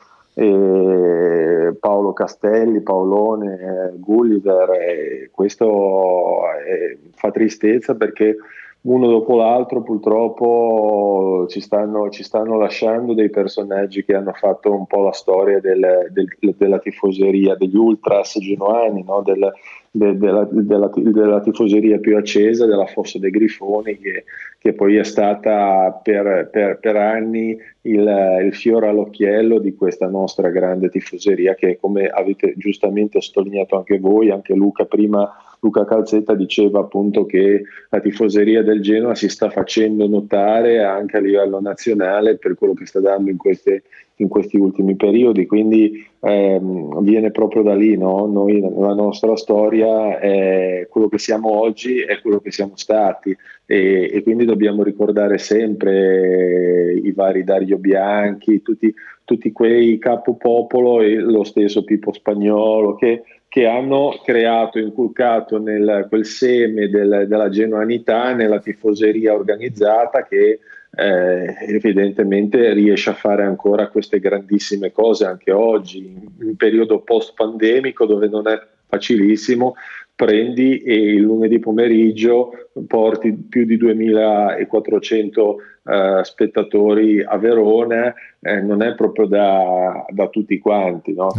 Paolo Castelli, Paolone, Gulliver, e questo fa tristezza, perché uno dopo l'altro purtroppo ci stanno lasciando dei personaggi che hanno fatto un po' la storia della tifoseria, degli ultras genoani, no? della tifoseria più accesa, della Fossa dei Grifoni, che poi è stata per anni il fiore all'occhiello di questa nostra grande tifoseria, che, come avete giustamente sottolineato anche voi, anche Luca Calzetta diceva appunto che la tifoseria del Genoa si sta facendo notare anche a livello nazionale per quello che sta dando in questi ultimi periodi, quindi viene proprio da lì, no? Noi, la nostra storia è quello che siamo oggi, è quello che siamo stati, e quindi dobbiamo ricordare sempre i vari Dario Bianchi, tutti quei capopopolo, e lo stesso Pippo Spagnolo, che hanno inculcato quel seme della genuanità nella tifoseria organizzata, che evidentemente riesce a fare ancora queste grandissime cose anche oggi, in periodo post pandemico, dove non è facilissimo. Prendi e il lunedì pomeriggio porti più di 2400 spettatori a Verona, non è proprio da tutti quanti, no?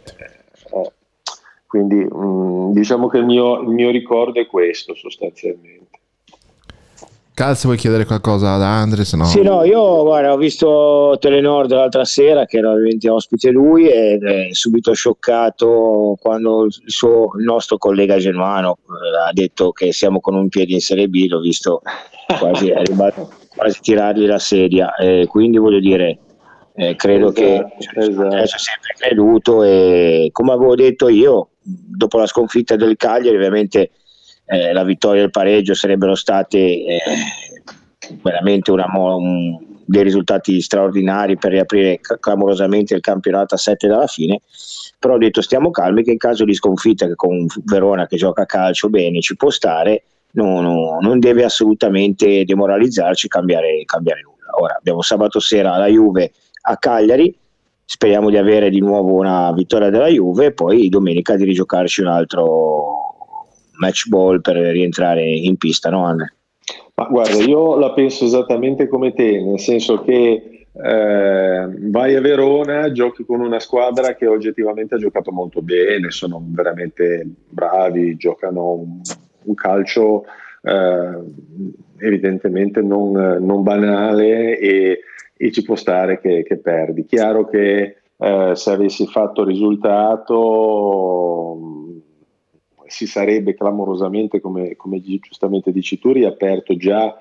Quindi diciamo che il mio ricordo è questo, sostanzialmente. Calz, vuoi chiedere qualcosa ad Andre? Se no... Sì, no, io guarda, ho visto Telenord l'altra sera, che era ovviamente ospite lui, ed è subito scioccato quando il nostro collega genuano ha detto che siamo con un piede in Serie B. L'ho visto quasi tirargli la sedia, quindi voglio dire, credo che adesso sempre creduto, e come avevo detto io, dopo la sconfitta del Cagliari, ovviamente la vittoria e il pareggio sarebbero state veramente dei risultati straordinari per riaprire clamorosamente il campionato a 7 dalla fine. Però ho detto stiamo calmi, che in caso di sconfitta, che con Verona che gioca a calcio bene ci può stare, non deve assolutamente demoralizzarci, cambiare nulla. Ora abbiamo sabato sera la Juve a Cagliari, speriamo di avere di nuovo una vittoria della Juve, e poi domenica di rigiocarci un altro match ball per rientrare in pista, no Andre? Ma guarda, io la penso esattamente come te, nel senso che vai a Verona, giochi con una squadra che oggettivamente ha giocato molto bene, sono veramente bravi, giocano un calcio evidentemente non banale, e ci può stare che perdi. Chiaro che se avessi fatto risultato si sarebbe clamorosamente, come giustamente dici tu, riaperto già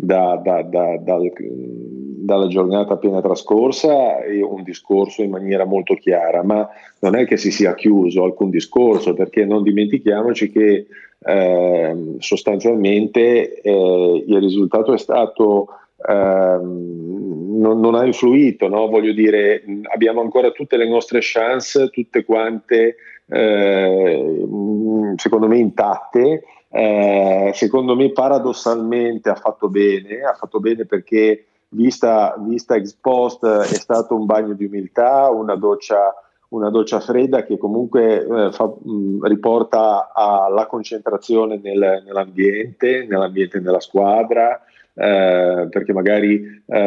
dalla giornata appena trascorsa un discorso in maniera molto chiara, ma non è che si sia chiuso alcun discorso, perché non dimentichiamoci che sostanzialmente il risultato è stato non ha influito, no? Voglio dire, abbiamo ancora tutte le nostre chance, tutte quante secondo me intatte. Secondo me paradossalmente ha fatto bene perché vista ex post è stato un bagno di umiltà, una doccia fredda che comunque riporta alla concentrazione nell'ambiente della squadra, perché magari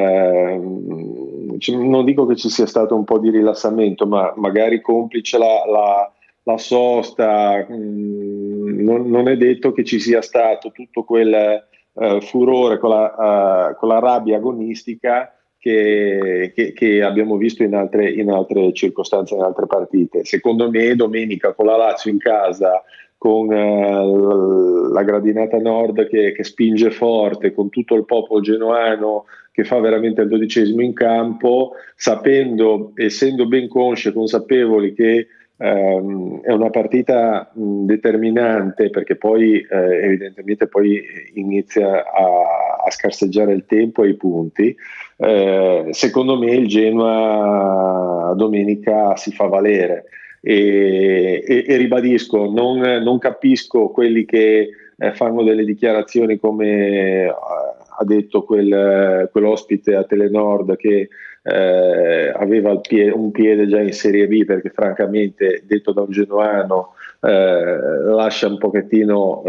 non dico che ci sia stato un po' di rilassamento, ma magari complice la sosta, non è detto che ci sia stato tutto quel furore con la rabbia agonistica che abbiamo visto in altre circostanze, in altre partite. Secondo me domenica con la Lazio in casa, con la gradinata nord che spinge forte, con tutto il popolo genoano che fa veramente il 12° in campo, sapendo, essendo ben consci e consapevoli che è una partita determinante, perché poi evidentemente poi inizia a scarseggiare il tempo e i punti. Secondo me il Genoa domenica si fa valere e ribadisco, non capisco quelli che fanno delle dichiarazioni come ha detto quell'ospite a Telenord che aveva un piede già in Serie B, perché francamente, detto da un genoano, lascia un pochettino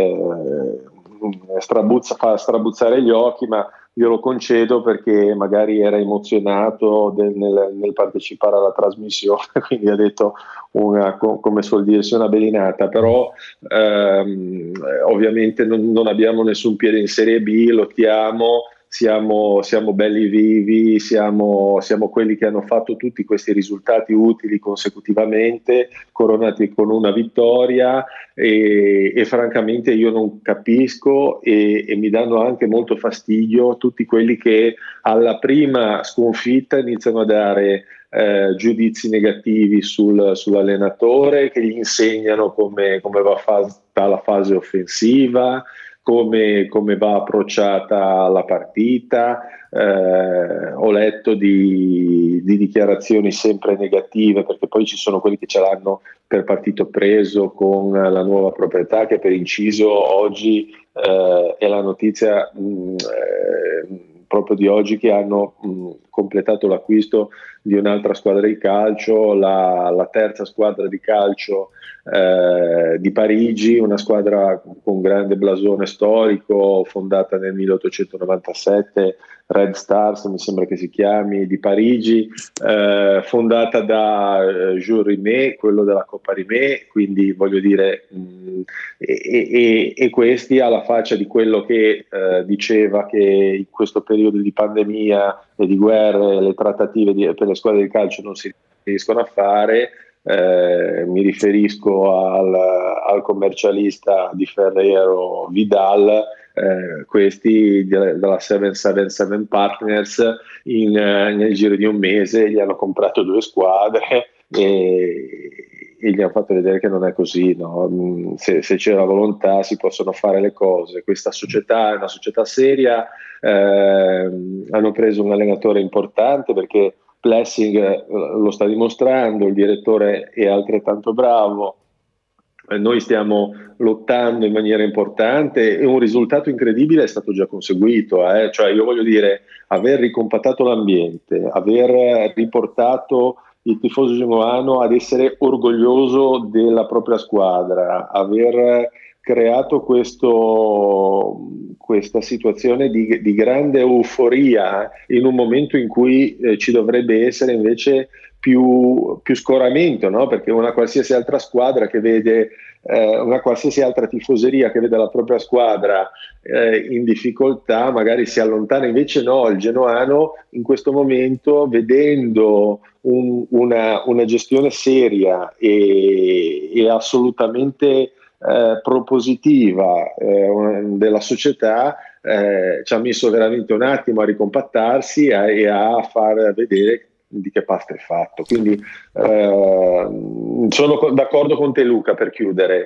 fa strabuzzare gli occhi, ma io lo concedo perché magari era emozionato nel partecipare alla trasmissione, quindi ha detto come suol dirsi, una belinata, però ovviamente non abbiamo nessun piede in Serie B, lottiamo, siamo belli vivi, siamo quelli che hanno fatto tutti questi risultati utili consecutivamente, coronati con una vittoria, e francamente io non capisco e mi danno anche molto fastidio tutti quelli che alla prima sconfitta iniziano a dare giudizi negativi sull'allenatore, che gli insegnano come va fatta la fase offensiva, come va approcciata la partita. Ho letto di dichiarazioni sempre negative, perché poi ci sono quelli che ce l'hanno per partito preso con la nuova proprietà, che per inciso oggi è la notizia proprio di oggi, che hanno completato l'acquisto di un'altra squadra di calcio, la terza squadra di calcio di Parigi, una squadra con grande blasone storico, fondata nel 1897, Red Stars mi sembra che si chiami, di Parigi, fondata da Jules Rimet, quello della Coppa Rimet, quindi voglio dire, e questi, alla faccia di quello che diceva che in questo periodo di pandemia e di guerre le trattative per le squadre di calcio non si riescono a fare. Mi riferisco al commercialista di Ferrero Vidal, questi della 777 Partners nel giro di un mese gli hanno comprato 2 squadre e gli hanno fatto vedere che non è così, no? Se c'è la volontà si possono fare le cose. Questa società è una società seria, hanno preso un allenatore importante, perché Blessing lo sta dimostrando, il direttore è altrettanto bravo, noi stiamo lottando in maniera importante e un risultato incredibile è stato già conseguito, cioè io voglio dire, aver ricompattato l'ambiente, aver riportato il tifoso genoano ad essere orgoglioso della propria squadra, aver creato questa situazione di grande euforia in un momento in cui ci dovrebbe essere invece più scoramento, no? Perché una qualsiasi altra squadra che vede, una qualsiasi altra tifoseria che vede la propria squadra in difficoltà magari si allontana, invece no, il genoano in questo momento, vedendo una gestione seria e assolutamente propositiva della società, ci ha messo veramente un attimo a ricompattarsi e a far vedere di che pasta è fatto. Quindi sono d'accordo con te, Luca, per chiudere,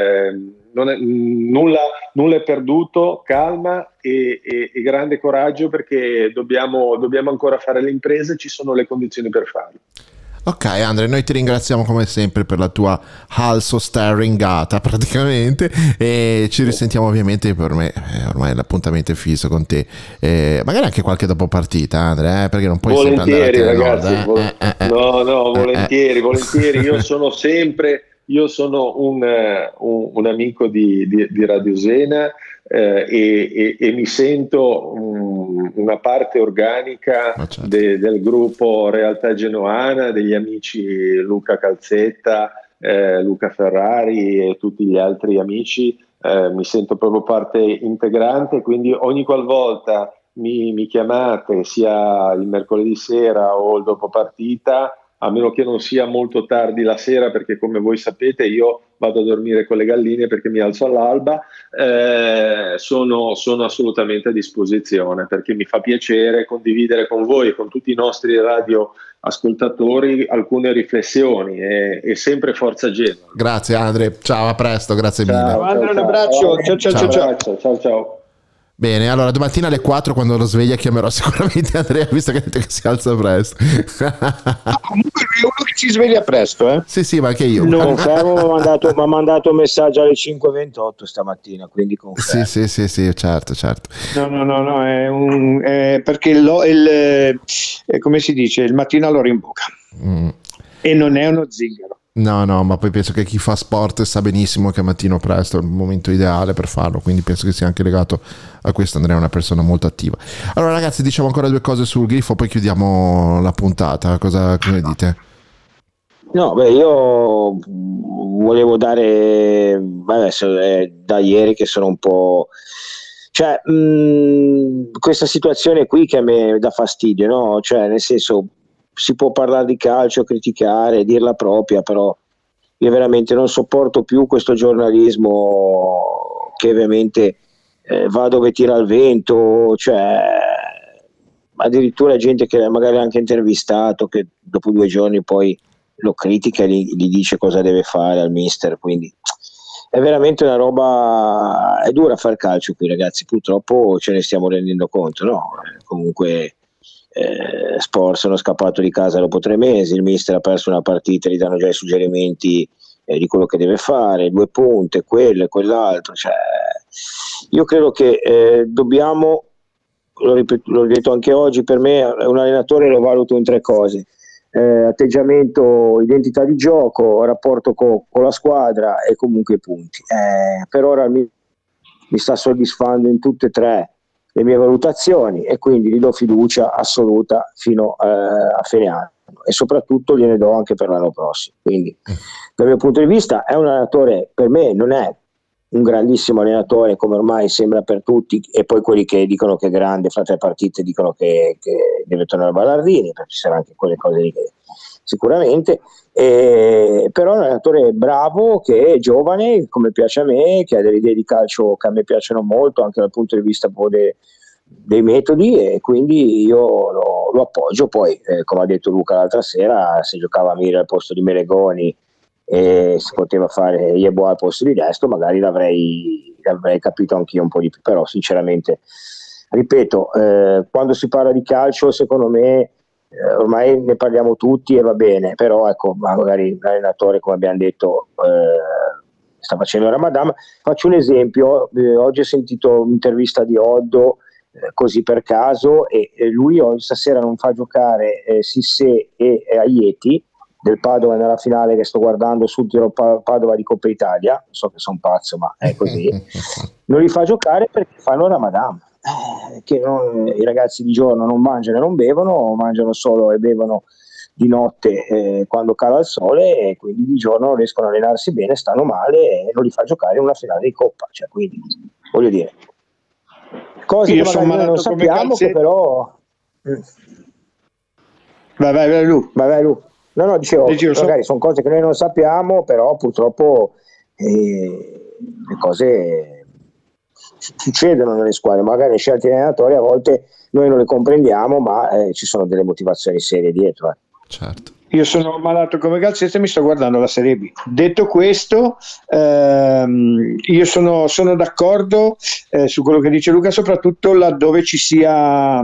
nulla è perduto, calma e grande coraggio, perché dobbiamo ancora fare le imprese, ci sono le condizioni per farlo. Ok Andre, noi ti ringraziamo come sempre per la tua halso starringata praticamente, e ci risentiamo ovviamente, per me ormai l'appuntamento è fisso con te, magari anche qualche dopo partita, Andre, perché non puoi volentieri, sempre andare a ragazzi, volentieri, io sono un amico di Radio Sena, e mi sento una parte organica del gruppo Realtà Genoana, degli amici Luca Calzetta, Luca Ferrari e tutti gli altri amici. Mi sento proprio parte integrante, quindi ogni qualvolta mi chiamate sia il mercoledì sera o il dopo partita, a meno che non sia molto tardi la sera, perché come voi sapete io vado a dormire con le galline perché mi alzo all'alba, sono assolutamente a disposizione, perché mi fa piacere condividere con voi e con tutti i nostri radioascoltatori alcune riflessioni, e sempre forza Genoa. Grazie Andre, ciao, a presto, grazie mille. Andre, un abbraccio, ciao. Bene, allora domattina alle 4 quando lo sveglia chiamerò sicuramente Andrea, visto che ha detto che si alza presto. Comunque è uno che si sveglia presto, eh? Sì, ma anche io. No, Fermo mi ha mandato un messaggio alle 5:28 stamattina, quindi confermo. Sì, certo. No, è perché come si dice, il mattino all'ora in bocca. E non è uno zingaro. No, ma poi penso che chi fa sport sa benissimo che mattino presto è il momento ideale per farlo, quindi penso che sia anche legato a questo. Andrea è una persona molto attiva. Allora ragazzi, diciamo ancora 2 cose sul Grifo, poi chiudiamo la puntata. Cosa ne dite? No, io volevo dare, adesso è da ieri che sono un po', cioè questa situazione qui che a me dà fastidio, no? Cioè nel senso, si può parlare di calcio, criticare, dir la propria, però io veramente non sopporto più questo giornalismo che ovviamente va dove tira il vento, cioè addirittura gente che magari ha anche intervistato, che dopo 2 giorni poi lo critica e gli dice cosa deve fare al mister, quindi è veramente una roba, è dura far calcio qui ragazzi, purtroppo ce ne stiamo rendendo conto, no? Comunque Sport sono scappato di casa dopo 3 mesi, il mister ha perso una partita, gli danno già i suggerimenti di quello che deve fare, 2 punte, quello e quell'altro, cioè, io credo che dobbiamo, l'ho detto anche oggi, per me un allenatore lo valuto in 3 cose: atteggiamento, identità di gioco, rapporto con la squadra e comunque i punti. Per ora mi sta soddisfando in tutte e 3 le mie valutazioni, e quindi gli do fiducia assoluta fino a fine anno, e soprattutto gliene do anche per l'anno prossimo. Quindi dal mio punto di vista è un allenatore, per me non è un grandissimo allenatore come ormai sembra per tutti, e poi quelli che dicono che è grande fra 3 partite dicono che deve tornare a Ballardini, perché ci saranno anche quelle cose lì che sicuramente, però è un allenatore bravo, che è giovane come piace a me, che ha delle idee di calcio che a me piacciono molto anche dal punto di vista dei metodi, e quindi io lo appoggio. Poi come ha detto Luca l'altra sera, se giocava Mira al posto di Melegoni e si poteva fare Yeboah al posto di Destro, magari l'avrei capito anch'io un po' di più, però sinceramente ripeto, quando si parla di calcio secondo me ormai ne parliamo tutti e va bene, però ecco, magari l'allenatore, come abbiamo detto, sta facendo il Ramadan. Faccio un esempio, oggi ho sentito un'intervista di Oddo, così per caso, e lui stasera non fa giocare Sissé e Aieti del Padova nella finale che sto guardando sul tiro Padova di Coppa Italia. So che sono pazzo, ma è così. Non li fa giocare perché fanno Ramadan, che i ragazzi di giorno non mangiano e non bevono, mangiano solo e bevono di notte quando cala il sole, e quindi di giorno non riescono a allenarsi bene, stanno male, e non li fa giocare in una finale di Coppa. Cioè, quindi voglio dire, cose che magari noi non sappiamo, che però vai Lu. No, dicevo magari sono cose che noi non sappiamo, però purtroppo le cose succedono nelle squadre, magari le scelte di allenatori a volte noi non le comprendiamo, ma ci sono delle motivazioni serie dietro. Certo. Io sono malato come calzista e mi sto guardando la Serie B. Detto questo, io sono d'accordo su quello che dice Luca, soprattutto laddove ci sia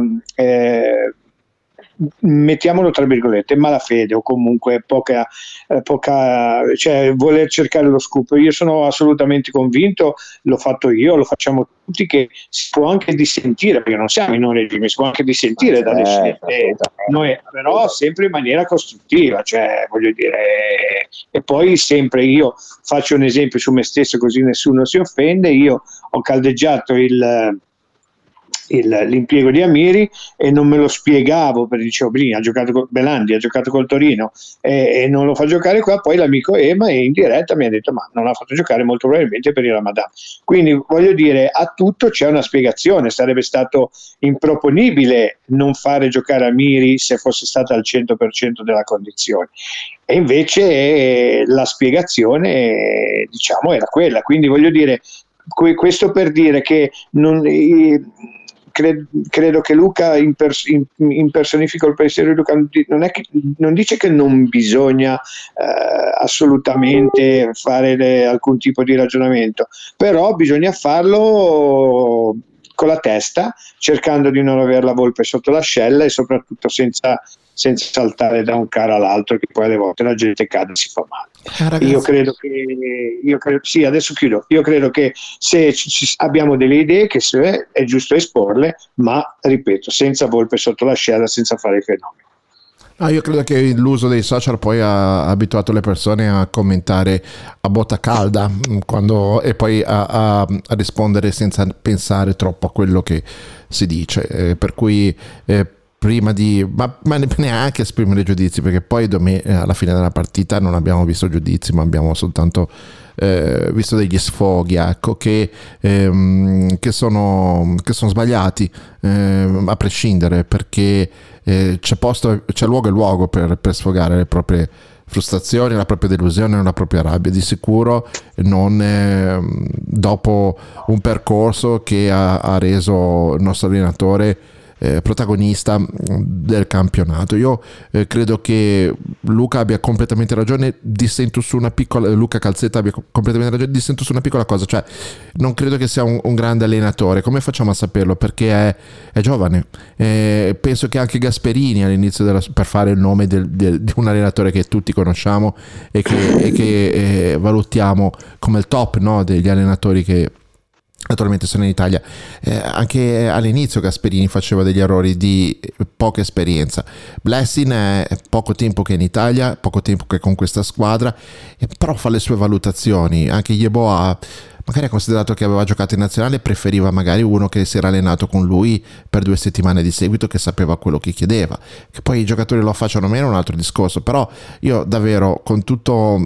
mettiamolo tra virgolette malafede, o comunque poca cioè voler cercare lo scoop. Io sono assolutamente convinto, l'ho fatto io, lo facciamo tutti, che si può anche dissentire, perché non siamo in un regime, si può anche dissentire dalle scelte, noi, però sempre in maniera costruttiva, cioè voglio dire. E poi sempre io faccio un esempio su me stesso, così nessuno si offende. Io ho caldeggiato l'impiego di Amiri e non me lo spiegavo, perché dicevo Belin ha giocato con Belandi, ha giocato col Torino e non lo fa giocare qua. Poi l'amico Ema in diretta mi ha detto ma non l'ha fatto giocare molto probabilmente per il Ramadan. Quindi voglio dire, a tutto c'è una spiegazione. Sarebbe stato improponibile non fare giocare Amiri se fosse stato al 100% della condizione, e invece la spiegazione diciamo era quella. Quindi voglio dire, questo per dire che credo che Luca impersonifica il pensiero di Luca, non dice che non bisogna assolutamente fare alcun tipo di ragionamento, però bisogna farlo con la testa, cercando di non avere la volpe sotto l'ascella e soprattutto senza saltare da un carro all'altro, che poi alle volte la gente cade e si fa male. Io credo sì, adesso chiudo. Io credo che se abbiamo delle idee, che è giusto esporle, ma ripeto, senza volpe sotto l'ascella, senza fare i fenomeni. Io credo che l'uso dei social poi ha abituato le persone a commentare a botta calda e poi a rispondere senza pensare troppo a quello che si dice, per cui prima di ma neanche esprimere giudizi, perché poi alla fine della partita non abbiamo visto giudizi, ma abbiamo soltanto visto degli sfoghi, ecco, che sono sbagliati, a prescindere, perché c'è luogo e luogo per sfogare le proprie frustrazioni, la propria delusione, la propria rabbia, di sicuro non dopo un percorso che ha reso il nostro allenatore protagonista del campionato. Io credo che Luca abbia completamente ragione, dissento su una piccola Luca Calzetta abbia completamente ragione, dissento su una piccola cosa, cioè non credo che sia un grande allenatore. Come facciamo a saperlo? Perché è giovane. Penso che anche Gasperini all'inizio per fare il nome di un allenatore che tutti conosciamo e che valutiamo come il top, no, degli allenatori che naturalmente sono in Italia, anche all'inizio Gasperini faceva degli errori di poca esperienza. Blessing è poco tempo che è in Italia, poco tempo che è con questa squadra, però fa le sue valutazioni. Anche Yeboah magari ha considerato che aveva giocato in nazionale, preferiva magari uno che si era allenato con lui per 2 settimane di seguito, che sapeva quello che chiedeva. Che poi i giocatori lo facciano meno è un altro discorso, però io davvero, con tutto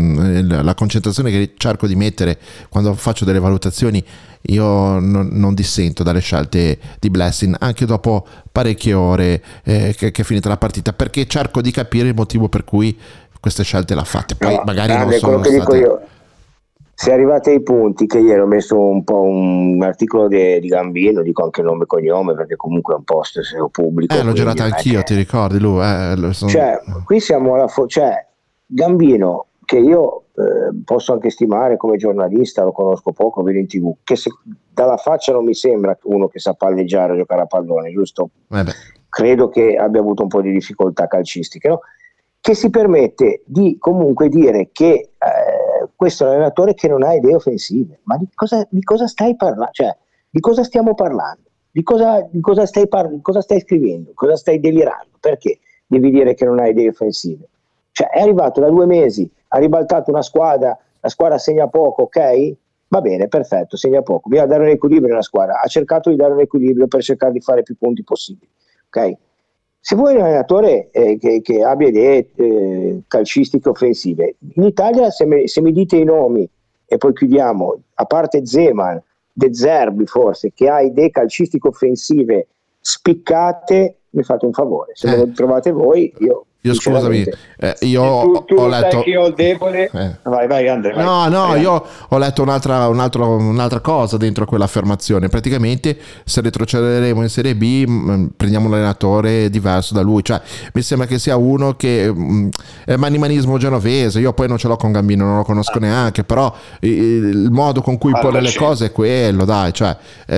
la concentrazione che cerco di mettere quando faccio delle valutazioni, io non dissento dalle scelte di Blessing anche dopo parecchie ore che è finita la partita, perché cerco di capire il motivo per cui queste scelte l'ha fatte. Poi magari non sono state... Dico io, se arrivate ai punti che ieri ho messo un po' un articolo di Gambino, dico anche nome e cognome perché comunque è un post pubblico. L'ho girato anch'io, ti ricordi Lu? Cioè, qui siamo cioè Gambino, che io posso anche stimare come giornalista, lo conosco poco, vedo in TV, che dalla faccia non mi sembra uno che sa palleggiare o giocare a pallone, giusto? Credo che abbia avuto un po' di difficoltà calcistiche, no? Che si permette di comunque dire che questo è un allenatore che non ha idee offensive. Ma di cosa stai parlando? Cioè, di cosa stiamo parlando? Di cosa stai scrivendo? Cosa stai delirando? Perché devi dire che non hai idee offensive? Cioè, è arrivato da 2 mesi, ha ribaltato una squadra, la squadra segna poco, ok? Va bene, perfetto, segna poco. Bisogna dare un equilibrio alla squadra. Ha cercato di dare un equilibrio per cercare di fare più punti possibili, ok? Se vuoi un allenatore che abbia idee calcistiche offensive, in Italia se mi dite i nomi e poi chiudiamo, a parte Zeman, De Zerbi forse, che ha idee calcistiche offensive spiccate, mi fate un favore, se lo trovate voi, io scusami, io ho letto che ho il debole. Vai Andrea. Vai. Io ho letto un'altra cosa dentro quell'affermazione. Praticamente, se retrocederemo in Serie B, prendiamo un allenatore diverso da lui. Cioè, mi sembra che sia uno che è manimanismo genovese. Io poi non ce l'ho con Gambino, non lo conosco neanche, però il modo con cui pone le cose è quello, dai. Cioè,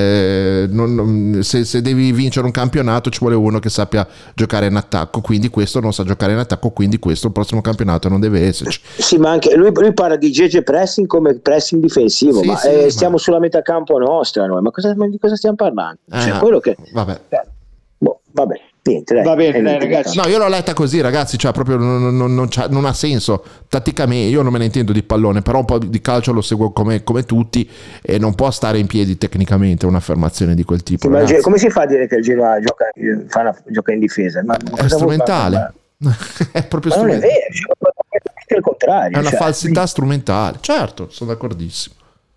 se devi vincere un campionato ci vuole uno che sappia giocare in attacco, quindi questo non sa giocare in attacco, quindi questo il prossimo campionato non deve esserci. Sì, ma anche lui parla di GG pressing come pressing difensivo, stiamo sulla metà campo nostra noi, ma di cosa stiamo parlando? Cioè, quello che vabbè. Niente, dai, va bene, dai, ragazzi. No, io l'ho letta così, ragazzi, cioè proprio non ha senso. Tatticamente, io non me ne intendo di pallone, però un po' di calcio lo seguo come tutti e non può stare in piedi tecnicamente un'affermazione di quel tipo. Ma come si fa a dire che il Genoa gioca in difesa? Ma è strumentale. È proprio strumentale. Non è vero, è il contrario. È una falsità strumentale. Certo, sono d'accordissimo.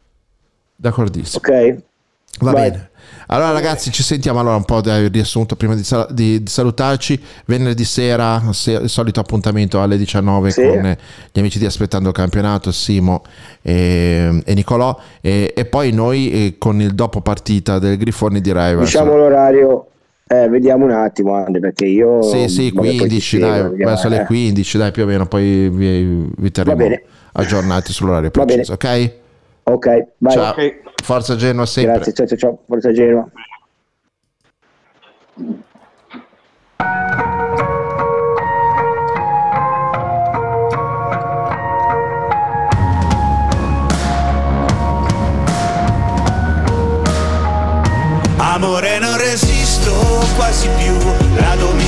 Ok. Va bene. Allora ragazzi, ci sentiamo un po' di riassunto prima di salutarci. Venerdì sera, il solito appuntamento alle 19 con gli amici di Aspettando il Campionato, Simo e Nicolò, e poi noi con il dopo partita del Grifoni direi diciamo l'orario. Vediamo un attimo, Andre, perché io 15 dai, verso le 15 dai, più o meno, poi vi terremo aggiornati sull'orario preciso. Ok, vai. Ciao. Okay. Forza Genoa sempre. Grazie, ciao. Forza Genoa. Amore, non resisto quasi più, la domenica